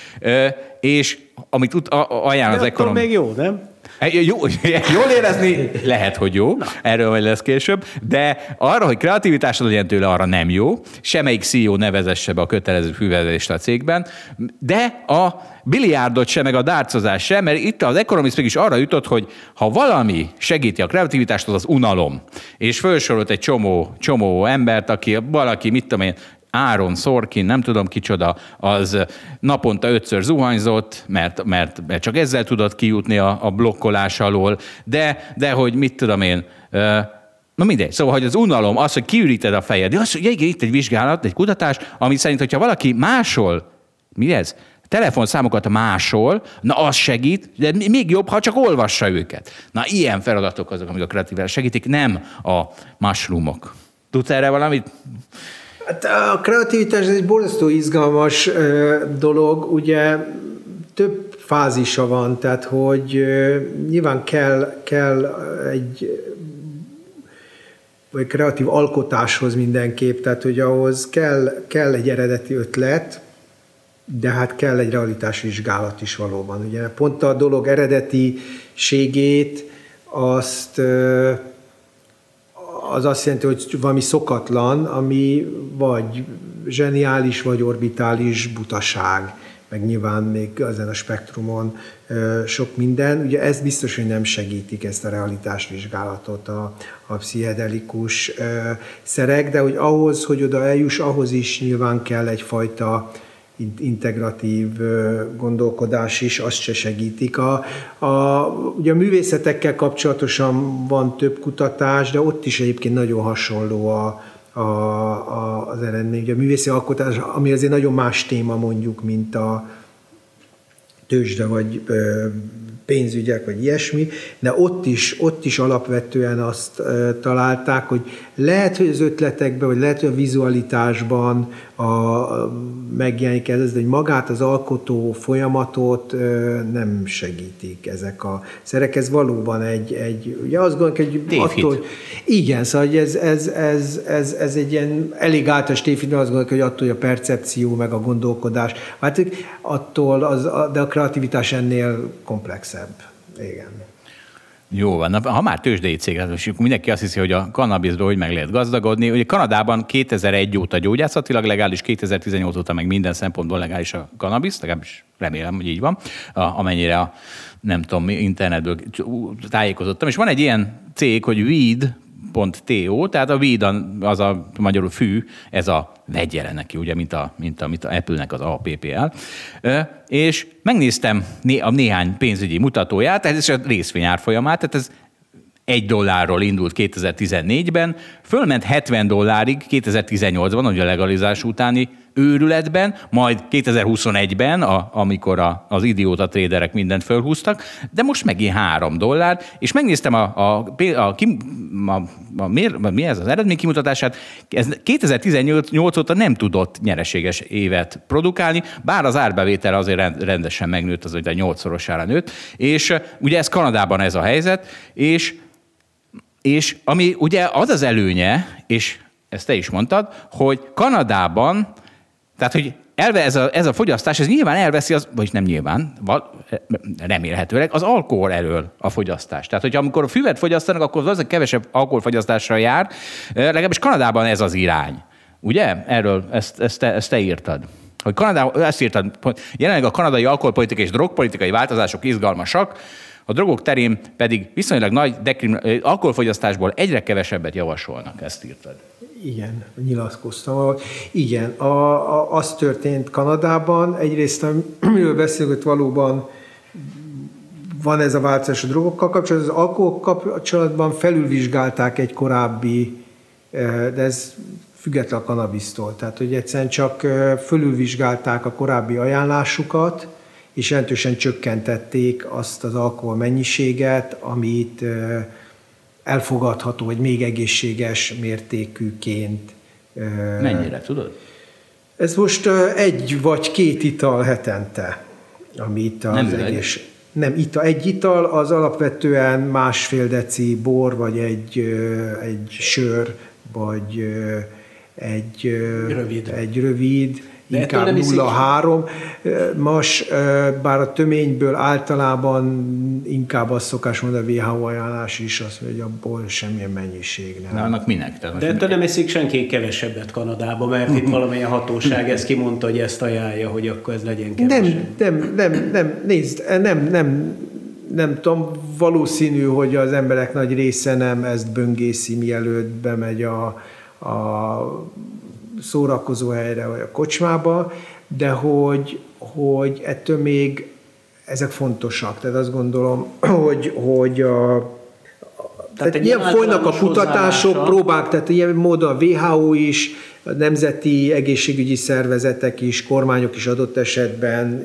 és amit ajánl az ekonom... még jó, nem? Jó, jól érezni lehet, hogy jó, na. Erről majd lesz később, de arra, hogy kreativitásod legyen tőle, arra nem jó. Semmelyik cé e ó ne vezesse be a kötelező fűvelést a cégben, de a biliárdot sem, meg a dárcozás sem, mert itt az Economist mégis arra jutott, hogy ha valami segíti a kreativitást, az az unalom. És felsorolt egy csomó, csomó embert, aki valaki, mit tudom én, Aaron Sorkin, nem tudom kicsoda, az naponta ötször zuhanyzott, mert, mert, mert csak ezzel tudott kijutni a, a blokkolás alól, de, de hogy mit tudom én, na mindegy, szóval, hogy az unalom, az, hogy kiüríted a fejed, de az, hogy igen, itt egy vizsgálat, egy kutatás, ami szerint, hogyha valaki másol, mi ez? Telefonszámokat másol, na az segít, de még jobb, ha csak olvassa őket. Na ilyen feladatok azok, amik a kreativitás segítik, nem a mushroomok. Tudsz erre valamit? A kreativitás egy borzasztó izgalmas dolog, ugye több fázisa van, tehát hogy nyilván kell, kell egy vagy kreatív alkotáshoz mindenképp, tehát hogy ahhoz kell, kell egy eredeti ötlet, de hát kell egy realitásvizsgálat is valóban. Ugye pont a dolog eredetiségét azt az azt jelenti, hogy valami szokatlan, ami vagy zseniális, vagy orbitális butaság, meg nyilván még ezen a spektrumon sok minden. Ugye ez biztos, hogy nem segítik ezt a realitásvizsgálatot a, a pszichedelikus szerek, de hogy ahhoz, hogy oda eljuss, ahhoz is nyilván kell egyfajta integratív gondolkodás is, azt se segítik. A, a, ugye a művészetekkel kapcsolatosan van több kutatás, de ott is egyébként nagyon hasonló a, a, a, az eredmény. Ugye a művészi alkotás, ami azért nagyon más téma mondjuk, mint a tőzsde vagy pénzügyek, vagy ilyesmi, de ott is, ott is alapvetően azt e, találták, hogy lehet, hogy az ötletekben, vagy lehet, hogy a vizualitásban a, a, megjelenik ez, de hogy magát az alkotó folyamatot e, nem segítik ezek a szerek. Ez valóban egy, egy ugye azt gondolom, hogy attól, hogy igen, szóval hogy ez, ez, ez, ez, ez egy ilyen elég általános tévhit, azt gondolom, hogy attól, hogy a percepció, meg a gondolkodás, hát attól, az, de a kreativitás ennél komplexebb. Igen. Jó van, na, ha már tőzsdei cég, és mindenki azt hiszi, hogy a kannabiszról hogy meg lehet gazdagodni. Ugye Kanadában kétezer-egy óta gyógyászatilag legális, kétezer-tizennyolc óta meg minden szempontból legális a kannabisz, legalábbis remélem, hogy így van, amennyire a, nem tudom, internetből tájékozottam. És van egy ilyen cég, hogy weed pont to, tehát a weed az a magyarul fű, ez a vegyele neki, ugye, mint a, mint a, mint a Apple-nek az á pé pé el. És megnéztem a néhány pénzügyi mutatóját, ez is a részvényárfolyamát, tehát ez egy dollárról indult kétezer-tizennégyben, fölment hetven dollárig kétezer-tizennyolcban, ugye a legalizás utáni őrületben, majd kétezer-huszonegyben, a, amikor a, az idióta tréderek mindent fölhúztak, de most megint három dollár, és megnéztem a, a, a, a, a, a mi ez az eredmény kimutatását, ez kétezer-tizennyolc óta nem tudott nyereséges évet produkálni, bár az árbevétel azért rendesen megnőtt, az ugye nyolcszorosára nőtt, és ugye ez Kanadában ez a helyzet, és, és ami ugye az az előnye, és ezt te is mondtad, hogy Kanadában, tehát, hogy elve ez a, ez a fogyasztás, ez nyilván elveszi, az, vagy nem nyilván, remélhetőleg, az alkohol elől a fogyasztás. Tehát, hogy amikor a füvet fogyasztanak, akkor az kevesebb alkoholfogyasztásra jár, legalábbis Kanadában ez az irány. Ugye? Erről ezt, ezt, te, ezt te írtad. Hogy Kanadában, ezt írtad, jelenleg a kanadai alkoholpolitikai és drogpolitikai változások izgalmasak, a drogok terén pedig viszonylag nagy dekrim- alkoholfogyasztásból egyre kevesebbet javasolnak, ezt írtad. Igen, nyilatkoztam. Igen, a, a, az történt Kanadában. Egyrészt, amiről beszélünk, hogy valóban van ez a változás a drogokkal kapcsolatban. Az alkohol kapcsolatban felülvizsgálták egy korábbi, de ez független a kannabisztól. Tehát, hogy egyszerűen csak felülvizsgálták a korábbi ajánlásukat, és jelentősen csökkentették azt az alkohol mennyiséget, amit elfogadható, vagy még egészséges mértékűként. Mennyire, tudod? Ez most egy vagy két ital hetente, amit az nem egész... Nem, ital, egy ital az alapvetően másfél deci bor, vagy egy, egy sör, vagy egy rövid, egy rövid inkább nulla három. Most, bár a töményből általában inkább azt szokás mondani, a vé há o ajánlás is azt mondja, hogy abból semmilyen mennyiség nem. Na, annak minek? Te de ettől nem eszik senki kevesebbet Kanadában, mert itt valamilyen hatóság ezt kimondta, hogy ezt ajánlja, hogy akkor ez legyen kevesebb. Nem, nem, nem, nem, nézd, nem, nem, nem tudom, valószínű, hogy az emberek nagy része nem ezt böngészi, mielőtt bemegy a, a szórakozó helyre, vagy a kocsmába, de hogy, hogy ettől még ezek fontosak. Tehát azt gondolom, hogy, hogy a, tehát, tehát ilyen folynak a kutatások, próbák, tehát ilyen módon a vé há o is, a nemzeti egészségügyi szervezetek is, kormányok is adott esetben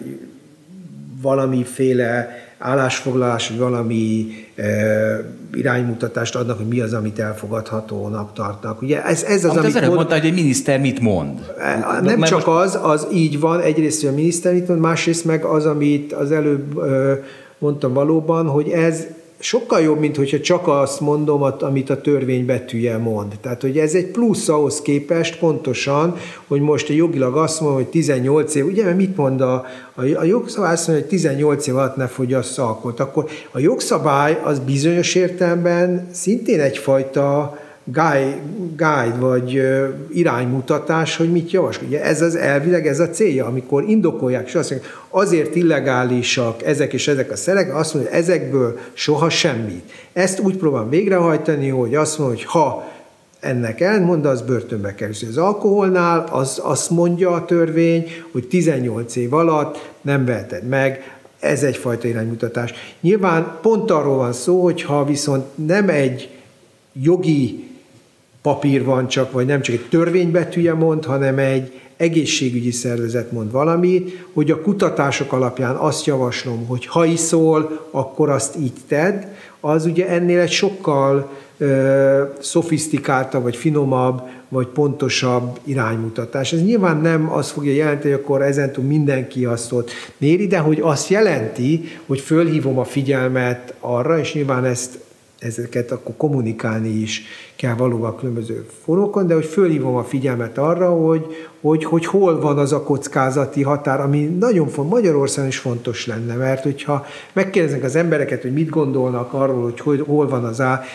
valamiféle állásfoglalás, vagy valami e, iránymutatást adnak, hogy mi az, amit elfogadhatónak tartnak. Ugye ez, ez az, amit, amit mond... mondta, hogy egy miniszter mit mond. Nem Mert csak most... az, az így van, egyrészt, hogy a miniszter mit mond, másrészt meg az, amit az előbb e, mondtam valóban, hogy ez sokkal jobb, mint hogyha csak azt mondom, amit a törvény betűje mond. Tehát, hogy ez egy plusz ahhoz képest pontosan, hogy most a jogilag azt mondom, hogy tizennyolc év, ugye, mert mit mond a, a jogszabály, azt mondja, hogy tizennyolc év alatt ne fogyassza alkoholt. Akkor a jogszabály az bizonyos értelemben szintén egyfajta guide, guide vagy iránymutatás, hogy mit javasol. Ugye ez az elvileg ez a célja, amikor indokolják, és azt mondják, azért illegálisak ezek és ezek a szerek, azt mondja, hogy ezekből soha semmit. Ezt úgy próbálom végrehajtani, hogy azt mondom, hogy ha ennek ellentmond, az börtönbe kerül. Az alkoholnál az, azt mondja a törvény, hogy tizennyolc év alatt nem veheted meg, ez egyfajta iránymutatás. Nyilván pont arról van szó, hogy ha viszont nem egy jogi papír van csak, vagy nem csak egy törvénybetűje mond, hanem egy egészségügyi szervezet mond valamit, hogy a kutatások alapján azt javaslom, hogy ha iszol, akkor azt így tedd, az ugye ennél egy sokkal ö, szofisztikáltabb, vagy finomabb, vagy pontosabb iránymutatás. Ez nyilván nem azt fogja jelenteni, hogy akkor ezentúl mindenki azt ott méri, de hogy azt jelenti, hogy fölhívom a figyelmet arra, és nyilván ezt ezeket akkor kommunikálni is kell valóban különböző fórumokon, de hogy fölhívom a figyelmet arra, hogy, hogy, hogy hol van az a kockázati határ, ami nagyon fontos, Magyarországon is fontos lenne, mert hogyha megkérdeznek az embereket, hogy mit gondolnak arról, hogy, hogy hol van az á,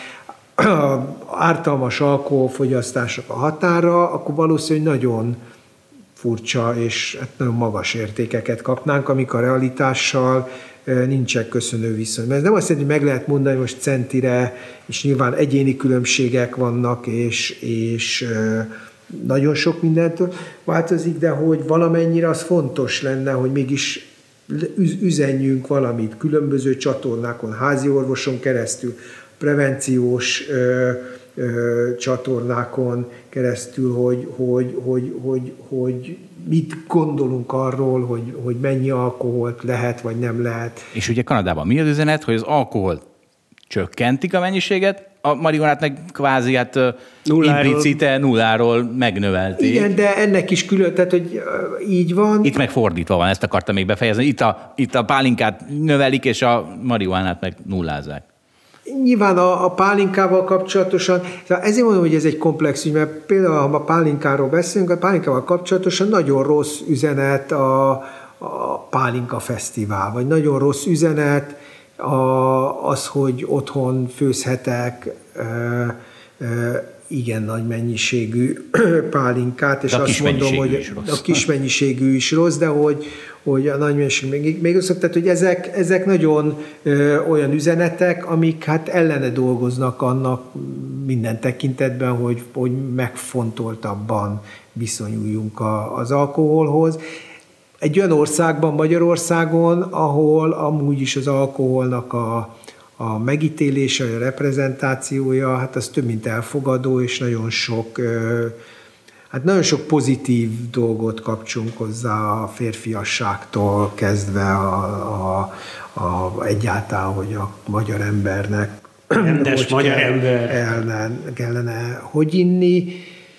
ártalmas alkoholfogyasztások a határa, akkor valószínűleg nagyon furcsa és nagyon magas értékeket kapnánk, amik a realitással nincsen köszönő viszony. Ez nem azt jelenti, hogy meg lehet mondani most centire, és nyilván egyéni különbségek vannak, és, és nagyon sok mindentől változik, de hogy valamennyire az fontos lenne, hogy mégis üzenjünk valamit különböző csatornákon, házi orvoson keresztül, prevenciós ö, ö, csatornákon keresztül, hogy, hogy, hogy, hogy, hogy mit gondolunk arról, hogy, hogy mennyi alkoholt lehet, vagy nem lehet. És ugye Kanadában mi az üzenet, hogy az alkohol csökkentik a mennyiséget, a marihuanát meg kvázi hát nulláról. implicite nulláról megnövelték. Igen, de ennek is külön, tehát hogy így van. Itt meg fordítva van, ezt akartam még befejezni. Itt a, itt a pálinkát növelik, és a marihuanát meg nullázzák. Nyilván a, a pálinkával kapcsolatosan, ezért mondom, hogy ez egy komplex ügy, mert például, ha a pálinkáról beszélünk, a pálinkával kapcsolatosan nagyon rossz üzenet a, a Pálinka Fesztivál, vagy nagyon rossz üzenet a, az, hogy otthon főzhetek e, e, igen nagy mennyiségű pálinkát, és azt mondom, hogy a kis mennyiségű is rossz, de hogy, hogy a nagy mennyiség még, még rosszabb, tehát hogy ezek, ezek nagyon ö, olyan üzenetek, amik hát ellene dolgoznak annak minden tekintetben, hogy, hogy megfontoltabban viszonyuljunk a, az alkoholhoz. Egy olyan országban, Magyarországon, ahol amúgy is az alkoholnak a a megítélése, a reprezentációja, hát az több mint elfogadó, és nagyon sok, hát nagyon sok pozitív dolgot kapcsolunk hozzá a férfiasságtól kezdve a, a, a, egyáltalán, hogy a magyar embernek rendes magyar kell, ember kellene, kellene hogy inni,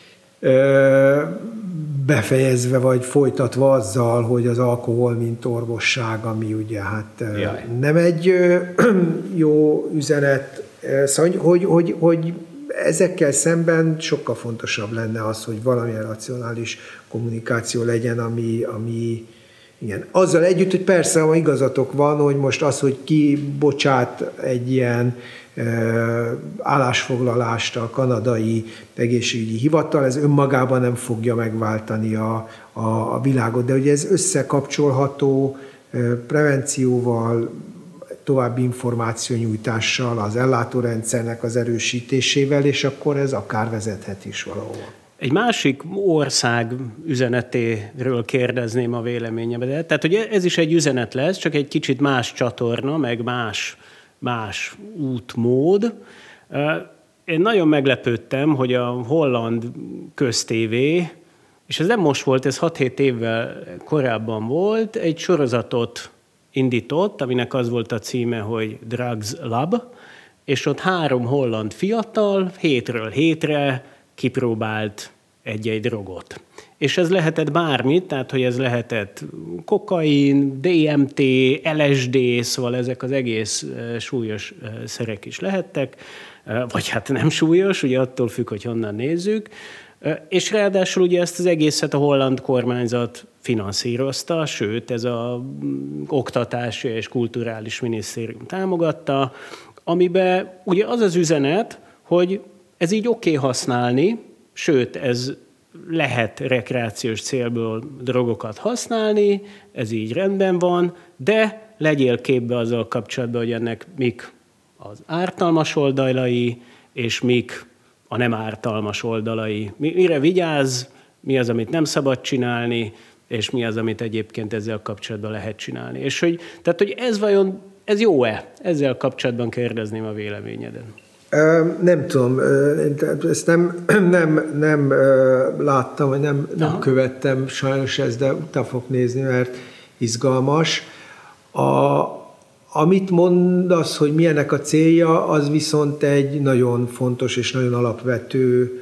befejezve vagy folytatva azzal, hogy az alkohol mint orvosság, ami ugye hát Jaj. nem egy jó üzenet, szóval, hogy, hogy, hogy ezekkel szemben sokkal fontosabb lenne az, hogy valamilyen racionális kommunikáció legyen, ami, ami igen. Azzal együtt, hogy persze, ha igazatok van, hogy most az, hogy ki bocsát egy ilyen állásfoglalást a kanadai egészségügyi hivatal, ez önmagában nem fogja megváltani a, a, a világot, de ugye ez összekapcsolható prevencióval, további információnyújtással, az ellátórendszernek az erősítésével, és akkor ez akár vezethet is valahova. Egy másik ország üzenetéről kérdezném a véleményemet. Tehát, hogy ez is egy üzenet lesz, csak egy kicsit más csatorna, meg más más útmód. Én nagyon meglepődtem, hogy a holland köztévé, és ez nem most volt, ez hat-hét évvel korábban volt, egy sorozatot indított, aminek az volt a címe, hogy Drugs Lab, és ott három holland fiatal hétről hétre kipróbált egy-egy drogot. És ez lehetett bármit, tehát hogy ez lehetett kokain, dé em té, el es dé, szóval ezek az egész súlyos szerek is lehettek, vagy hát nem súlyos, ugye attól függ, hogy honnan nézzük. És ráadásul ugye ezt az egészet a holland kormányzat finanszírozta, sőt, ez az oktatási és kulturális minisztérium támogatta, amiben ugye az az üzenet, hogy ez így oké okay használni, sőt, ez lehet rekreációs célból drogokat használni, ez így rendben van, de legyél képbe azzal kapcsolatban, hogy ennek mik az ártalmas oldalai, és mik a nem ártalmas oldalai. Mire vigyáz, mi az, amit nem szabad csinálni, és mi az, amit egyébként ezzel kapcsolatban lehet csinálni. És hogy, tehát, hogy ez vajon, ez jó-e? Ezzel kapcsolatban kérdezném a véleményeden. Nem tudom, ezt nem, nem, nem láttam, vagy nem, nem követtem sajnos ezt, de utána fogok nézni, mert izgalmas. A, amit mondasz, hogy milyenek a célja, az viszont egy nagyon fontos és nagyon alapvető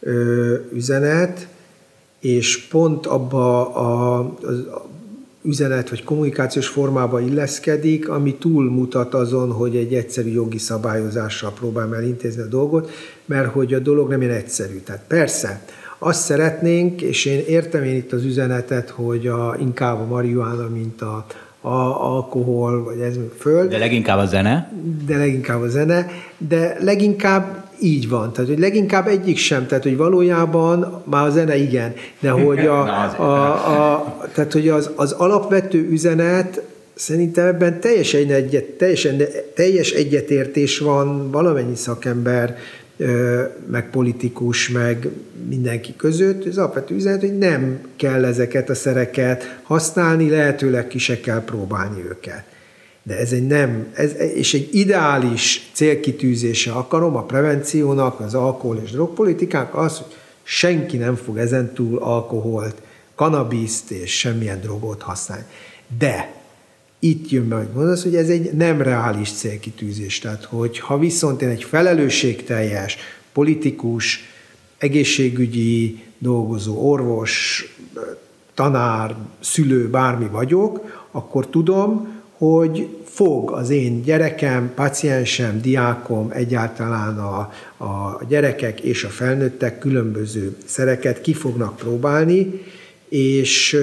üzenet, és pont abba a, az üzenet vagy kommunikációs formába illeszkedik, ami túlmutat azon, hogy egy egyszerű jogi szabályozással próbálom elintézni a dolgot, mert hogy a dolog nem ilyen egyszerű. Tehát persze, azt szeretnénk, és én értem én itt az üzenetet, hogy a, inkább a marihuána, mint a, a alkohol, vagy ez föl. De leginkább a zene. De leginkább a zene, de leginkább így van, tehát hogy leginkább egyik sem, tehát hogy valójában már a zene igen, de hogy, a, a, a, tehát, hogy az, az alapvető üzenet szerintem ebben teljesen egyet, teljesen, teljes egyetértés van valamennyi szakember, meg politikus, meg mindenki között. Az alapvető üzenet, hogy nem kell ezeket a szereket használni, lehetőleg ki se kell próbálni őket. De ez egy nem, ez, és egy ideális célkitűzése akarom a prevenciónak, az alkohol és drogpolitikának az, hogy senki nem fog ezentúl alkoholt, kannabiszt és semmilyen drogot használni. De itt jön be, hogy mondasz, hogy ez egy nem reális célkitűzés. Tehát, hogy ha viszont én egy felelősségteljes, politikus, egészségügyi dolgozó, orvos, tanár, szülő, bármi vagyok, akkor tudom, hogy fog az én gyerekem, paciensem, diákom, egyáltalán a, a gyerekek és a felnőttek különböző szereket ki fognak próbálni, és,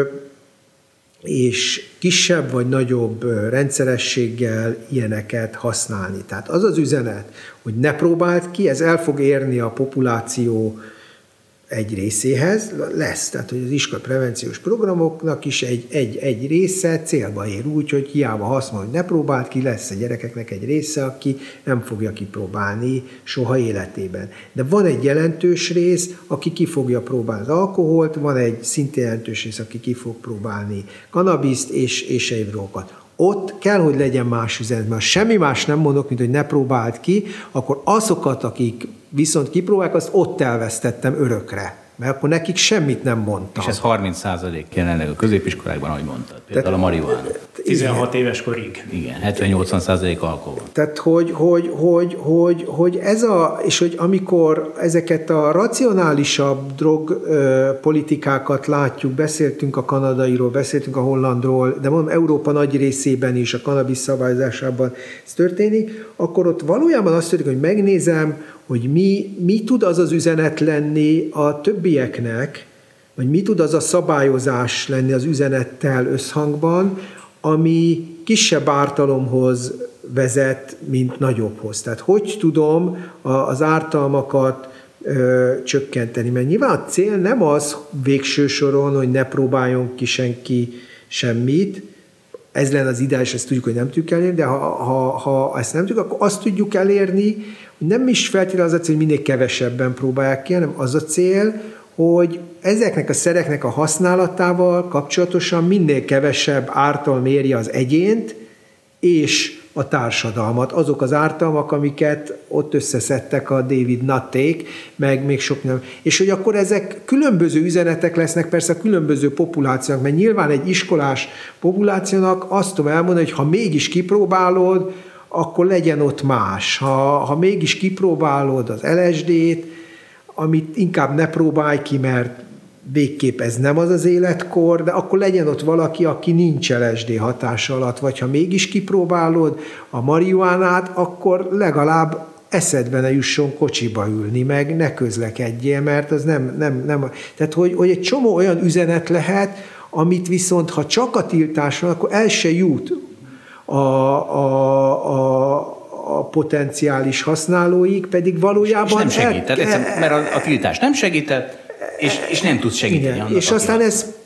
és kisebb vagy nagyobb rendszerességgel ilyeneket használni. Tehát az az üzenet, hogy ne próbáld ki, ez el fog érni a populáció egy részéhez, lesz, tehát hogy az iskola prevenciós programoknak is egy, egy, egy része célba ér úgy, hogy hiába azt mondja, hogy ne próbáld ki, lesz a gyerekeknek egy része, aki nem fogja kipróbálni soha életében. De van egy jelentős rész, aki ki fogja próbálni az alkoholt, van egy szintén jelentős rész, aki ki fog próbálni kannabiszt és, és egyéb drogokat. Ott kell, hogy legyen más üzenet, mert semmi más nem mondok, mint hogy ne próbáld ki, akkor azokat, akik viszont kipróbálják, azt ott elvesztettem örökre. Mert akkor nekik semmit nem mondtam. És ez harminc százalék jelenleg a középiskolákban, ahogy mondtad. Például a marihuána. tizenhat éves korig. Igen, hetven-nyolcvan százalék alkohol. Tehát, hogy, hogy, hogy, hogy, hogy ez a, és hogy amikor ezeket a racionálisabb drogpolitikákat látjuk, beszéltünk a kanadairól, beszéltünk a hollandról, de mondom, Európa nagy részében is a kannabisz szabályozásában ez történik, akkor ott valójában azt történik, hogy megnézem, hogy mi, mi tud az az üzenet lenni a többieknek, vagy mi tud az a szabályozás lenni az üzenettel összhangban, ami kisebb ártalomhoz vezet, mint nagyobbhoz. Tehát hogy tudom az ártalmakat ö, csökkenteni? Mert nyilván a cél nem az végső soron, hogy ne próbáljon ki senki semmit, ez lenne az ideális, ezt tudjuk, hogy nem tudjuk elérni, de ha, ha, ha ezt nem tudjuk, akkor azt tudjuk elérni, hogy nem is feltétlenül az a cél, hogy minél kevesebben próbálják ki, hanem az a cél, hogy ezeknek a szereknek a használatával kapcsolatosan minél kevesebb ártalom éri az egyént és a társadalmat. Azok az ártalmak, amiket ott összeszedtek a David Nutték, meg még sok nem. És hogy akkor ezek különböző üzenetek lesznek persze a különböző populációk, mert nyilván egy iskolás populációnak azt tudom elmondani, hogy ha mégis kipróbálod, akkor legyen ott más. Ha, ha mégis kipróbálod az el es dét, amit inkább ne próbálj ki, mert végképp ez nem az az életkor, de akkor legyen ott valaki, aki nincs el es dé hatása alatt, vagy ha mégis kipróbálod a marihuánát, akkor legalább eszedbe ne jusson kocsiba ülni, meg ne közlekedjél, mert az nem... nem, nem tehát, hogy, hogy egy csomó olyan üzenet lehet, amit viszont, ha csak a tiltás van, akkor el se jut a, a, a, a potenciális használóik, pedig valójában... És nem segített, el, mert a, a tiltás nem segített, és, és nem tudsz segíteni. Igen, és aztán ez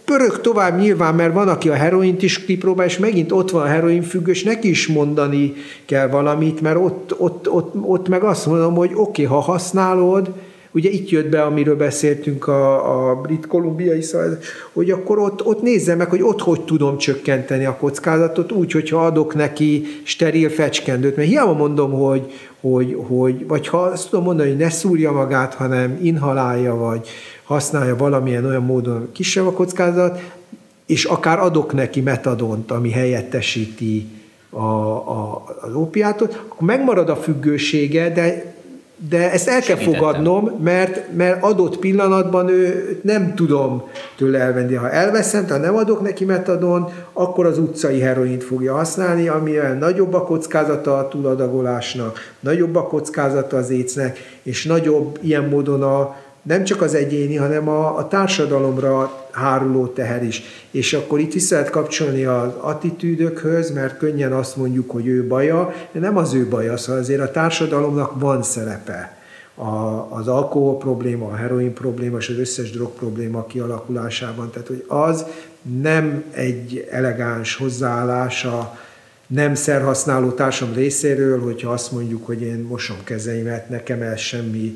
pörög tovább nyilván, mert van, aki a heroint is kipróbál, és megint ott van a heroin függős, neki is mondani kell valamit, mert ott, ott, ott, ott meg azt mondom, hogy oké, okay, ha használod, ugye itt jött be, amiről beszéltünk a, a brit-kolumbiai szabály, hogy akkor ott, ott nézzem meg, hogy ott hogy tudom csökkenteni a kockázatot, úgy, hogyha adok neki steril fecskendőt. Mert hiába mondom, hogy, hogy, hogy vagy ha azt tudom mondani, hogy ne szúrja magát, hanem inhalálja, vagy használja valamilyen olyan módon, kisebb a kockázat, és akár adok neki metadont, ami helyettesíti a, a, az ópiátot, akkor megmarad a függősége, de De ezt el kell fogadnom, mert, mert adott pillanatban ő nem tudom tőle elvenni. Ha elveszem, ha nem adok neki metadon, akkor az utcai heroint fogja használni, amivel nagyobb a kockázata a túladagolásnak, nagyobb a kockázata az écnek, és nagyobb ilyen módon a, nem csak az egyéni, hanem a, a társadalomra háruló teher is. És akkor itt vissza lehet kapcsolni az attitűdökhöz, mert könnyen azt mondjuk, hogy ő baja, de nem az ő baja, szóval azért a társadalomnak van szerepe. A, az alkohol probléma, a heroin probléma és az összes drog probléma kialakulásában. Tehát, hogy az nem egy elegáns hozzáállása, nem szerhasználó társam részéről, hogyha azt mondjuk, hogy én mosom kezeimet, nekem ez semmi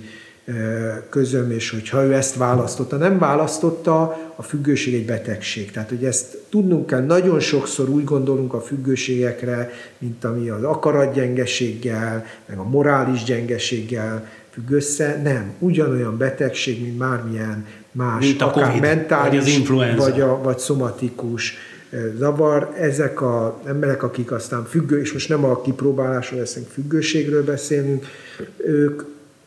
közöm, és hogyha ő ezt választotta, nem választotta, a függőség egy betegség. Tehát, hogy ezt tudnunk kell, nagyon sokszor úgy gondolunk a függőségekre, mint ami az akaratgyengeséggel, meg a morális gyengeséggel függ össze. Nem, ugyanolyan betegség, mint bármilyen más, mint akár COVID, mentális, vagy, vagy, a, vagy szomatikus zavar. Ezek az emberek, akik aztán függő, és most nem a kipróbálásról, ezt függőségről beszélünk, ők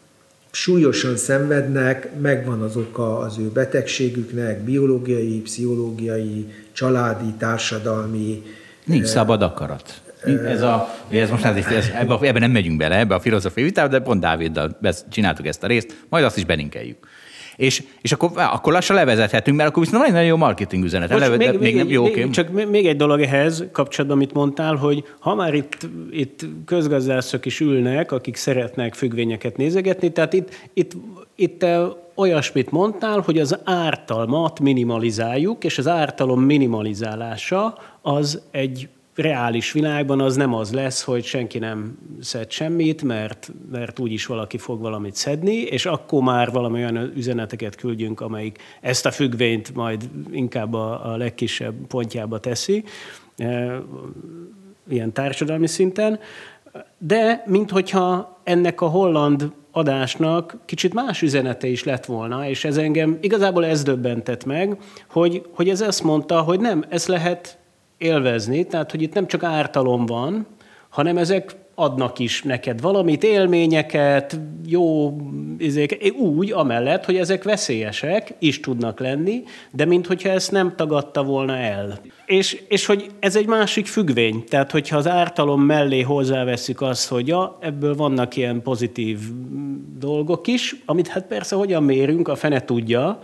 súlyosan szenvednek, megvan az oka az ő betegségüknek, biológiai, pszichológiai, családi, társadalmi. Nincs szabad akarat. Ez, a, ez most ez, ez, ebbe, ebbe nem megyünk bele, ebbe a filozófiai vitába, de pont Dáviddal csináltuk ezt a részt, majd azt is belinkeljük. És, és akkor, akkor lassan levezethetünk, mert akkor viszont van egy nagyon jó marketing üzenet. Most Eleve, még, még nem, jó, még, csak még egy dolog ehhez kapcsolatban, amit mondtál, hogy ha már itt, itt közgazdászok is ülnek, akik szeretnek függvényeket nézegetni, tehát itt, itt, itt olyasmit mondtál, hogy az ártalmat minimalizáljuk, és az ártalom minimalizálása az egy reális világban az nem az lesz, hogy senki nem szed semmit, mert, mert úgyis valaki fog valamit szedni, és akkor már valami olyan üzeneteket küldjünk, amelyik ezt a függvényt majd inkább a, a legkisebb pontjába teszi, ilyen társadalmi szinten. De minthogyha ennek a holland adásnak kicsit más üzenete is lett volna, és ez engem igazából ez döbbentett meg, hogy, hogy ez ezt mondta, hogy nem, ezt lehet élvezni, tehát hogy itt nem csak ártalom van, hanem ezek adnak is neked valamit, élményeket, jó izék, úgy, amellett, hogy ezek veszélyesek is tudnak lenni, de minthogyha ezt nem tagadta volna el. És, és hogy ez egy másik függvény, tehát hogyha az ártalom mellé hozzáveszünk azt, hogy ja, ebből vannak ilyen pozitív dolgok is, amit hát persze hogyan mérünk, a fene tudja,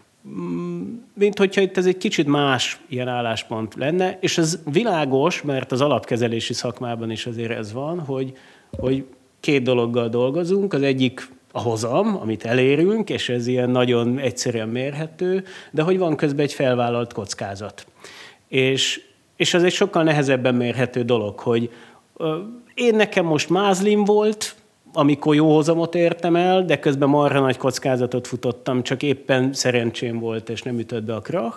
mint hogyha itt ez egy kicsit más ilyen álláspont lenne, és ez világos, mert az alapkezelési szakmában is azért ez van, hogy, hogy két dologgal dolgozunk, az egyik a hozam, amit elérünk, és ez ilyen nagyon egyszerűen mérhető, de hogy van közben egy felvállalt kockázat. És, és az egy sokkal nehezebben mérhető dolog, hogy én nekem most mázlim volt, amikor jó hozamot értem el, de közben marha nagy kockázatot futottam, csak éppen szerencsém volt, és nem ütött be a krach,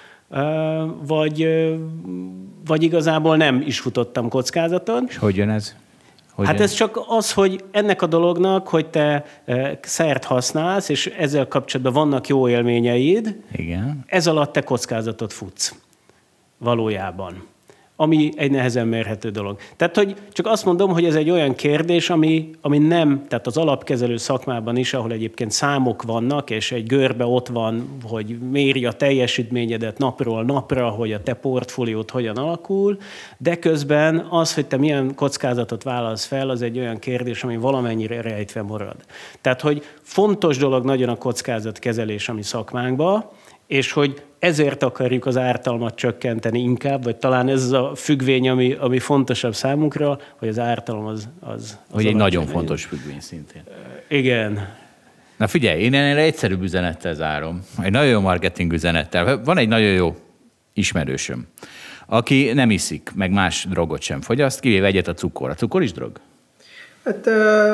vagy, vagy igazából nem is futottam kockázaton. És hogy jön ez? Hogy hát jön? Ez csak az, hogy ennek a dolognak, hogy te szert használsz, és ezzel kapcsolatban vannak jó élményeid, igen. Ez alatt te kockázatot futsz valójában. Ami egy nehezen mérhető dolog. Tehát, hogy csak azt mondom, hogy ez egy olyan kérdés, ami, ami nem, tehát az alapkezelő szakmában is, ahol egyébként számok vannak, és egy görbe ott van, hogy méri a teljesítményedet napról napra, hogy a te portfóliót hogyan alakul, de közben az, hogy te milyen kockázatot vállalsz fel, az egy olyan kérdés, ami valamennyire rejtve marad. Tehát, hogy fontos dolog nagyon a kockázatkezelés a mi szakmánkban, és hogy ezért akarjuk az ártalmat csökkenteni inkább, vagy talán ez a függvény, ami, ami fontosabb számunkra, hogy az ártalom az... az, az hogy egy nagyon fontos függvény szintén. Igen. Na figyelj, én ennél egyszerűbb üzenettel zárom. Egy nagyon jó marketing üzenettel. Van egy nagyon jó ismerősöm, aki nem iszik, meg más drogot sem fogyaszt, kivéve egyet a cukor. A cukor is drog? Hát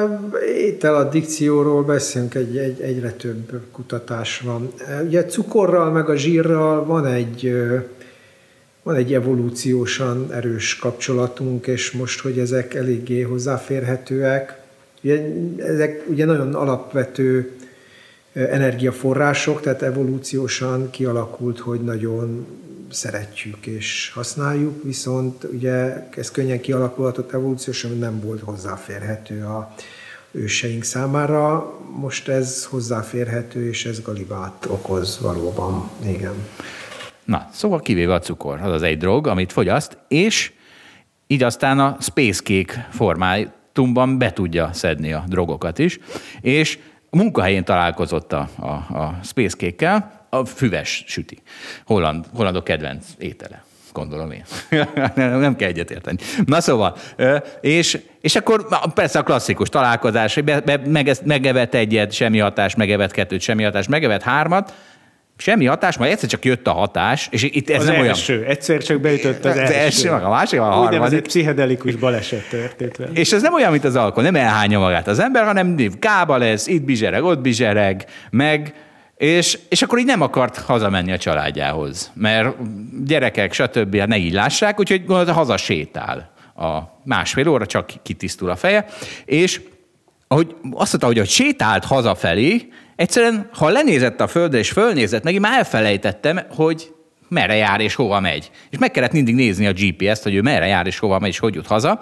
ételaddikcióról beszélünk, egy, egy, egyre több kutatás van. Ugye cukorral meg a zsírral van egy, van egy evolúciósan erős kapcsolatunk, és most, hogy ezek eléggé hozzáférhetőek, ugye, ezek ugye nagyon alapvető energiaforrások, tehát evolúciósan kialakult, hogy nagyon szeretjük és használjuk, viszont ugye ez könnyen kialakulhatott evolúciósan, nem volt hozzáférhető a őseink számára. Most ez hozzáférhető, és ez galibát okoz valóban. Igen. Na, szóval kivéve a cukor, az az egy drog, amit fogyaszt, és így aztán a Space Cake formátumban be tudja szedni a drogokat is, és a munkahelyén találkozott a, a, a Space Cake-kel, a füves süti. Holland, hollandok kedvenc étele, gondolom én. Nem kell egyetérteni. Na szóval, és, és akkor persze a klasszikus találkozás, be, be, megevett egyet, semmi hatás, megevett kettőt, semmi hatás, megevett hármat, semmi hatás, majd egyszer csak jött a hatás, és itt ez az nem első. Olyan... Egyszer csak beütött az, az első. első. A másik, a harmadik. Úgynevezett pszichedelikus baleset történt vele. És ez nem olyan, mint az alkohol, nem elhányja magát az ember, hanem kába lesz, itt bizsereg, ott bizsereg, meg... És, és akkor így nem akart hazamenni a családjához, mert gyerekek, stb. Hát ne így lássák, úgyhogy gondolta, haza sétál a másfél óra, csak kitisztul a feje, és ahogy azt mondta, hogy, hogy sétált hazafelé, egyszerűen, ha lenézett a földre és fölnézett, meg én már elfelejtettem, hogy merre jár és hova megy. És meg kellett mindig nézni a gé pé es-t, hogy ő merre jár és hova megy és hogy jut haza,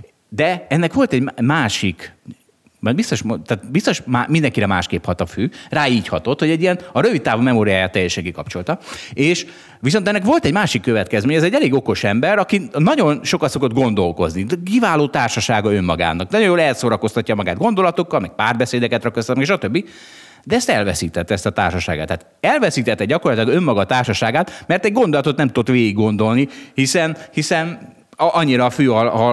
de ennek volt egy másik... Mert biztos, tehát biztos mindenkire másképp hat a fű, rá így hatott, hogy egy ilyen a rövid távú memóriáját teljesen kikapcsolta. És viszont ennek volt egy másik következmény, ez egy elég okos ember, aki nagyon sokat szokott gondolkozni. Kiváló társasága önmagának. Nagyon jól elszórakoztatja magát gondolatokkal, meg párbeszédeket rakasztat, meg stb. De ezt elveszítette, ezt a társaságát. Tehát elveszítette gyakorlatilag önmaga társaságát, mert egy gondolatot nem tudott végig gondolni, hiszen, hiszen annyira a fű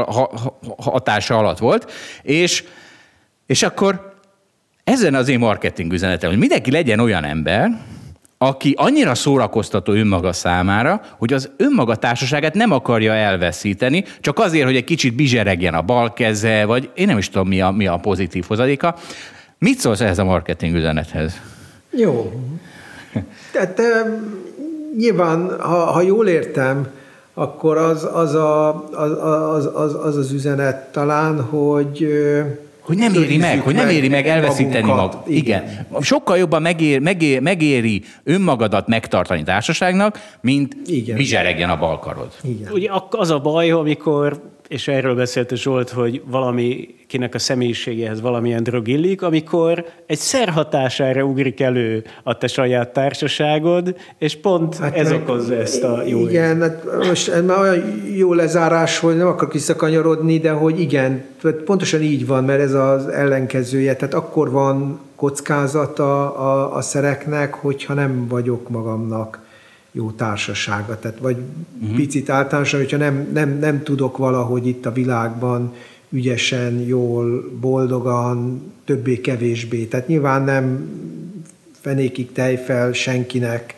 hatása alatt volt. És És akkor ezen az én marketing üzenetem, hogy mindenki legyen olyan ember, aki annyira szórakoztató önmaga számára, hogy az önmaga társaságát nem akarja elveszíteni, csak azért, hogy egy kicsit bizseregjen a bal keze, vagy én nem is tudom, mi a, mi a pozitív hozadéka. Mit szólsz ehhez a marketing üzenethez? Jó. Tehát nyilván, ha, ha jól értem, akkor az az, a, az, az, az, az az üzenet talán, hogy... Hogy nem éri meg, hogy nem éri meg elveszíteni magad. Igen. Igen. Sokkal jobban megér, megér, megéri önmagadat megtartani társaságnak, mint bizseregjen a bal karod. Igen. Ugye az a baj, amikor, és erről beszélt Zsolt, hogy valamikinek a személyiségéhez valamilyen drog illik, amikor egy szer hatására ugrik elő a te saját társaságod, és pont hát ez meg, okozza ezt a jó igen, hát most ez már olyan jó lezárás, hogy nem akarok visszakanyarodni, de hogy igen, pontosan így van, mert ez az ellenkezője, tehát akkor van kockázata a, a szereknek, hogyha nem vagyok magamnak jó társasága, tehát vagy uh-huh. picit általánosan, hogyha nem, nem, nem tudok valahogy itt a világban ügyesen, jól, boldogan, többé-kevésbé, tehát nyilván nem fenékig tejfel senkinek,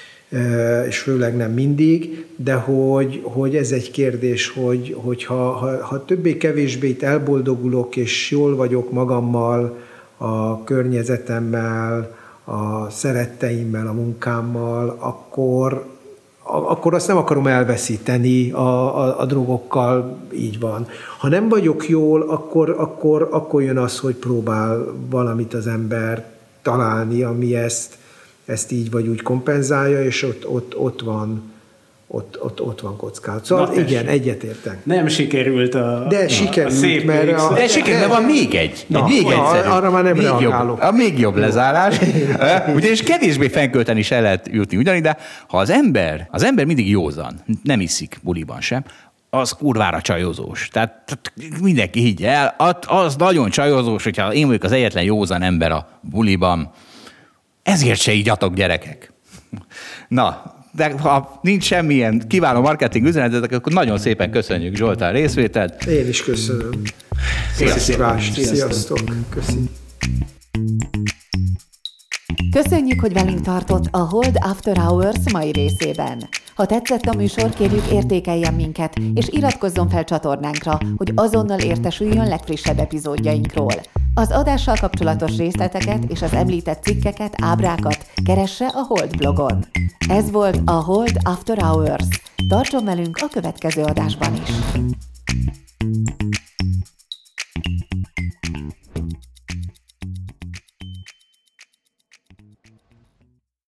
és főleg nem mindig, de hogy, hogy ez egy kérdés, hogy, hogy ha, ha, ha többé-kevésbé itt elboldogulok, és jól vagyok magammal, a környezetemmel, a szeretteimmel, a munkámmal, akkor, akkor azt nem akarom elveszíteni a, a, a drogokkal, így van. Ha nem vagyok jól, akkor, akkor, akkor jön az, hogy próbál valamit az ember találni, ami ezt, ezt így vagy úgy kompenzálja, és ott, ott, ott van Ott, ott, ott van kockázat. Szóval na, igen, egyetértek. Nem sikerült a, de sikerült, a szép mert a, de sikerült, de van még egy. Na, még na, egyszerű. Arra már nem még jobb, a még jobb lezárás. Ugyanis kevésbé fenkölten is el lehet jutni ugyanígy, de ha az ember, az ember mindig józan, nem iszik buliban sem, az kurvára csajozós. Tehát mindenki higgye el, az nagyon csajozós, hogyha én vagyok az egyetlen józan ember a buliban. Ezért se így atok, gyerekek. Na, de ha nincs semmilyen kiváló marketing üzenetet, akkor nagyon szépen köszönjük Zsoltán részvételt. Én is köszönöm. Sziasztok. Sziasztok. Sziasztok. Köszönjük. Köszönjük, hogy velünk tartott a Hold After Hours mai részében. Ha tetszett a műsor, kérjük értékeljen minket, és iratkozzon fel csatornánkra, hogy azonnal értesüljön legfrissebb epizódjainkról. Az adással kapcsolatos részleteket és az említett cikkeket, ábrákat keresse a Hold blogon. Ez volt a Hold After Hours. Tartson velünk a következő adásban is!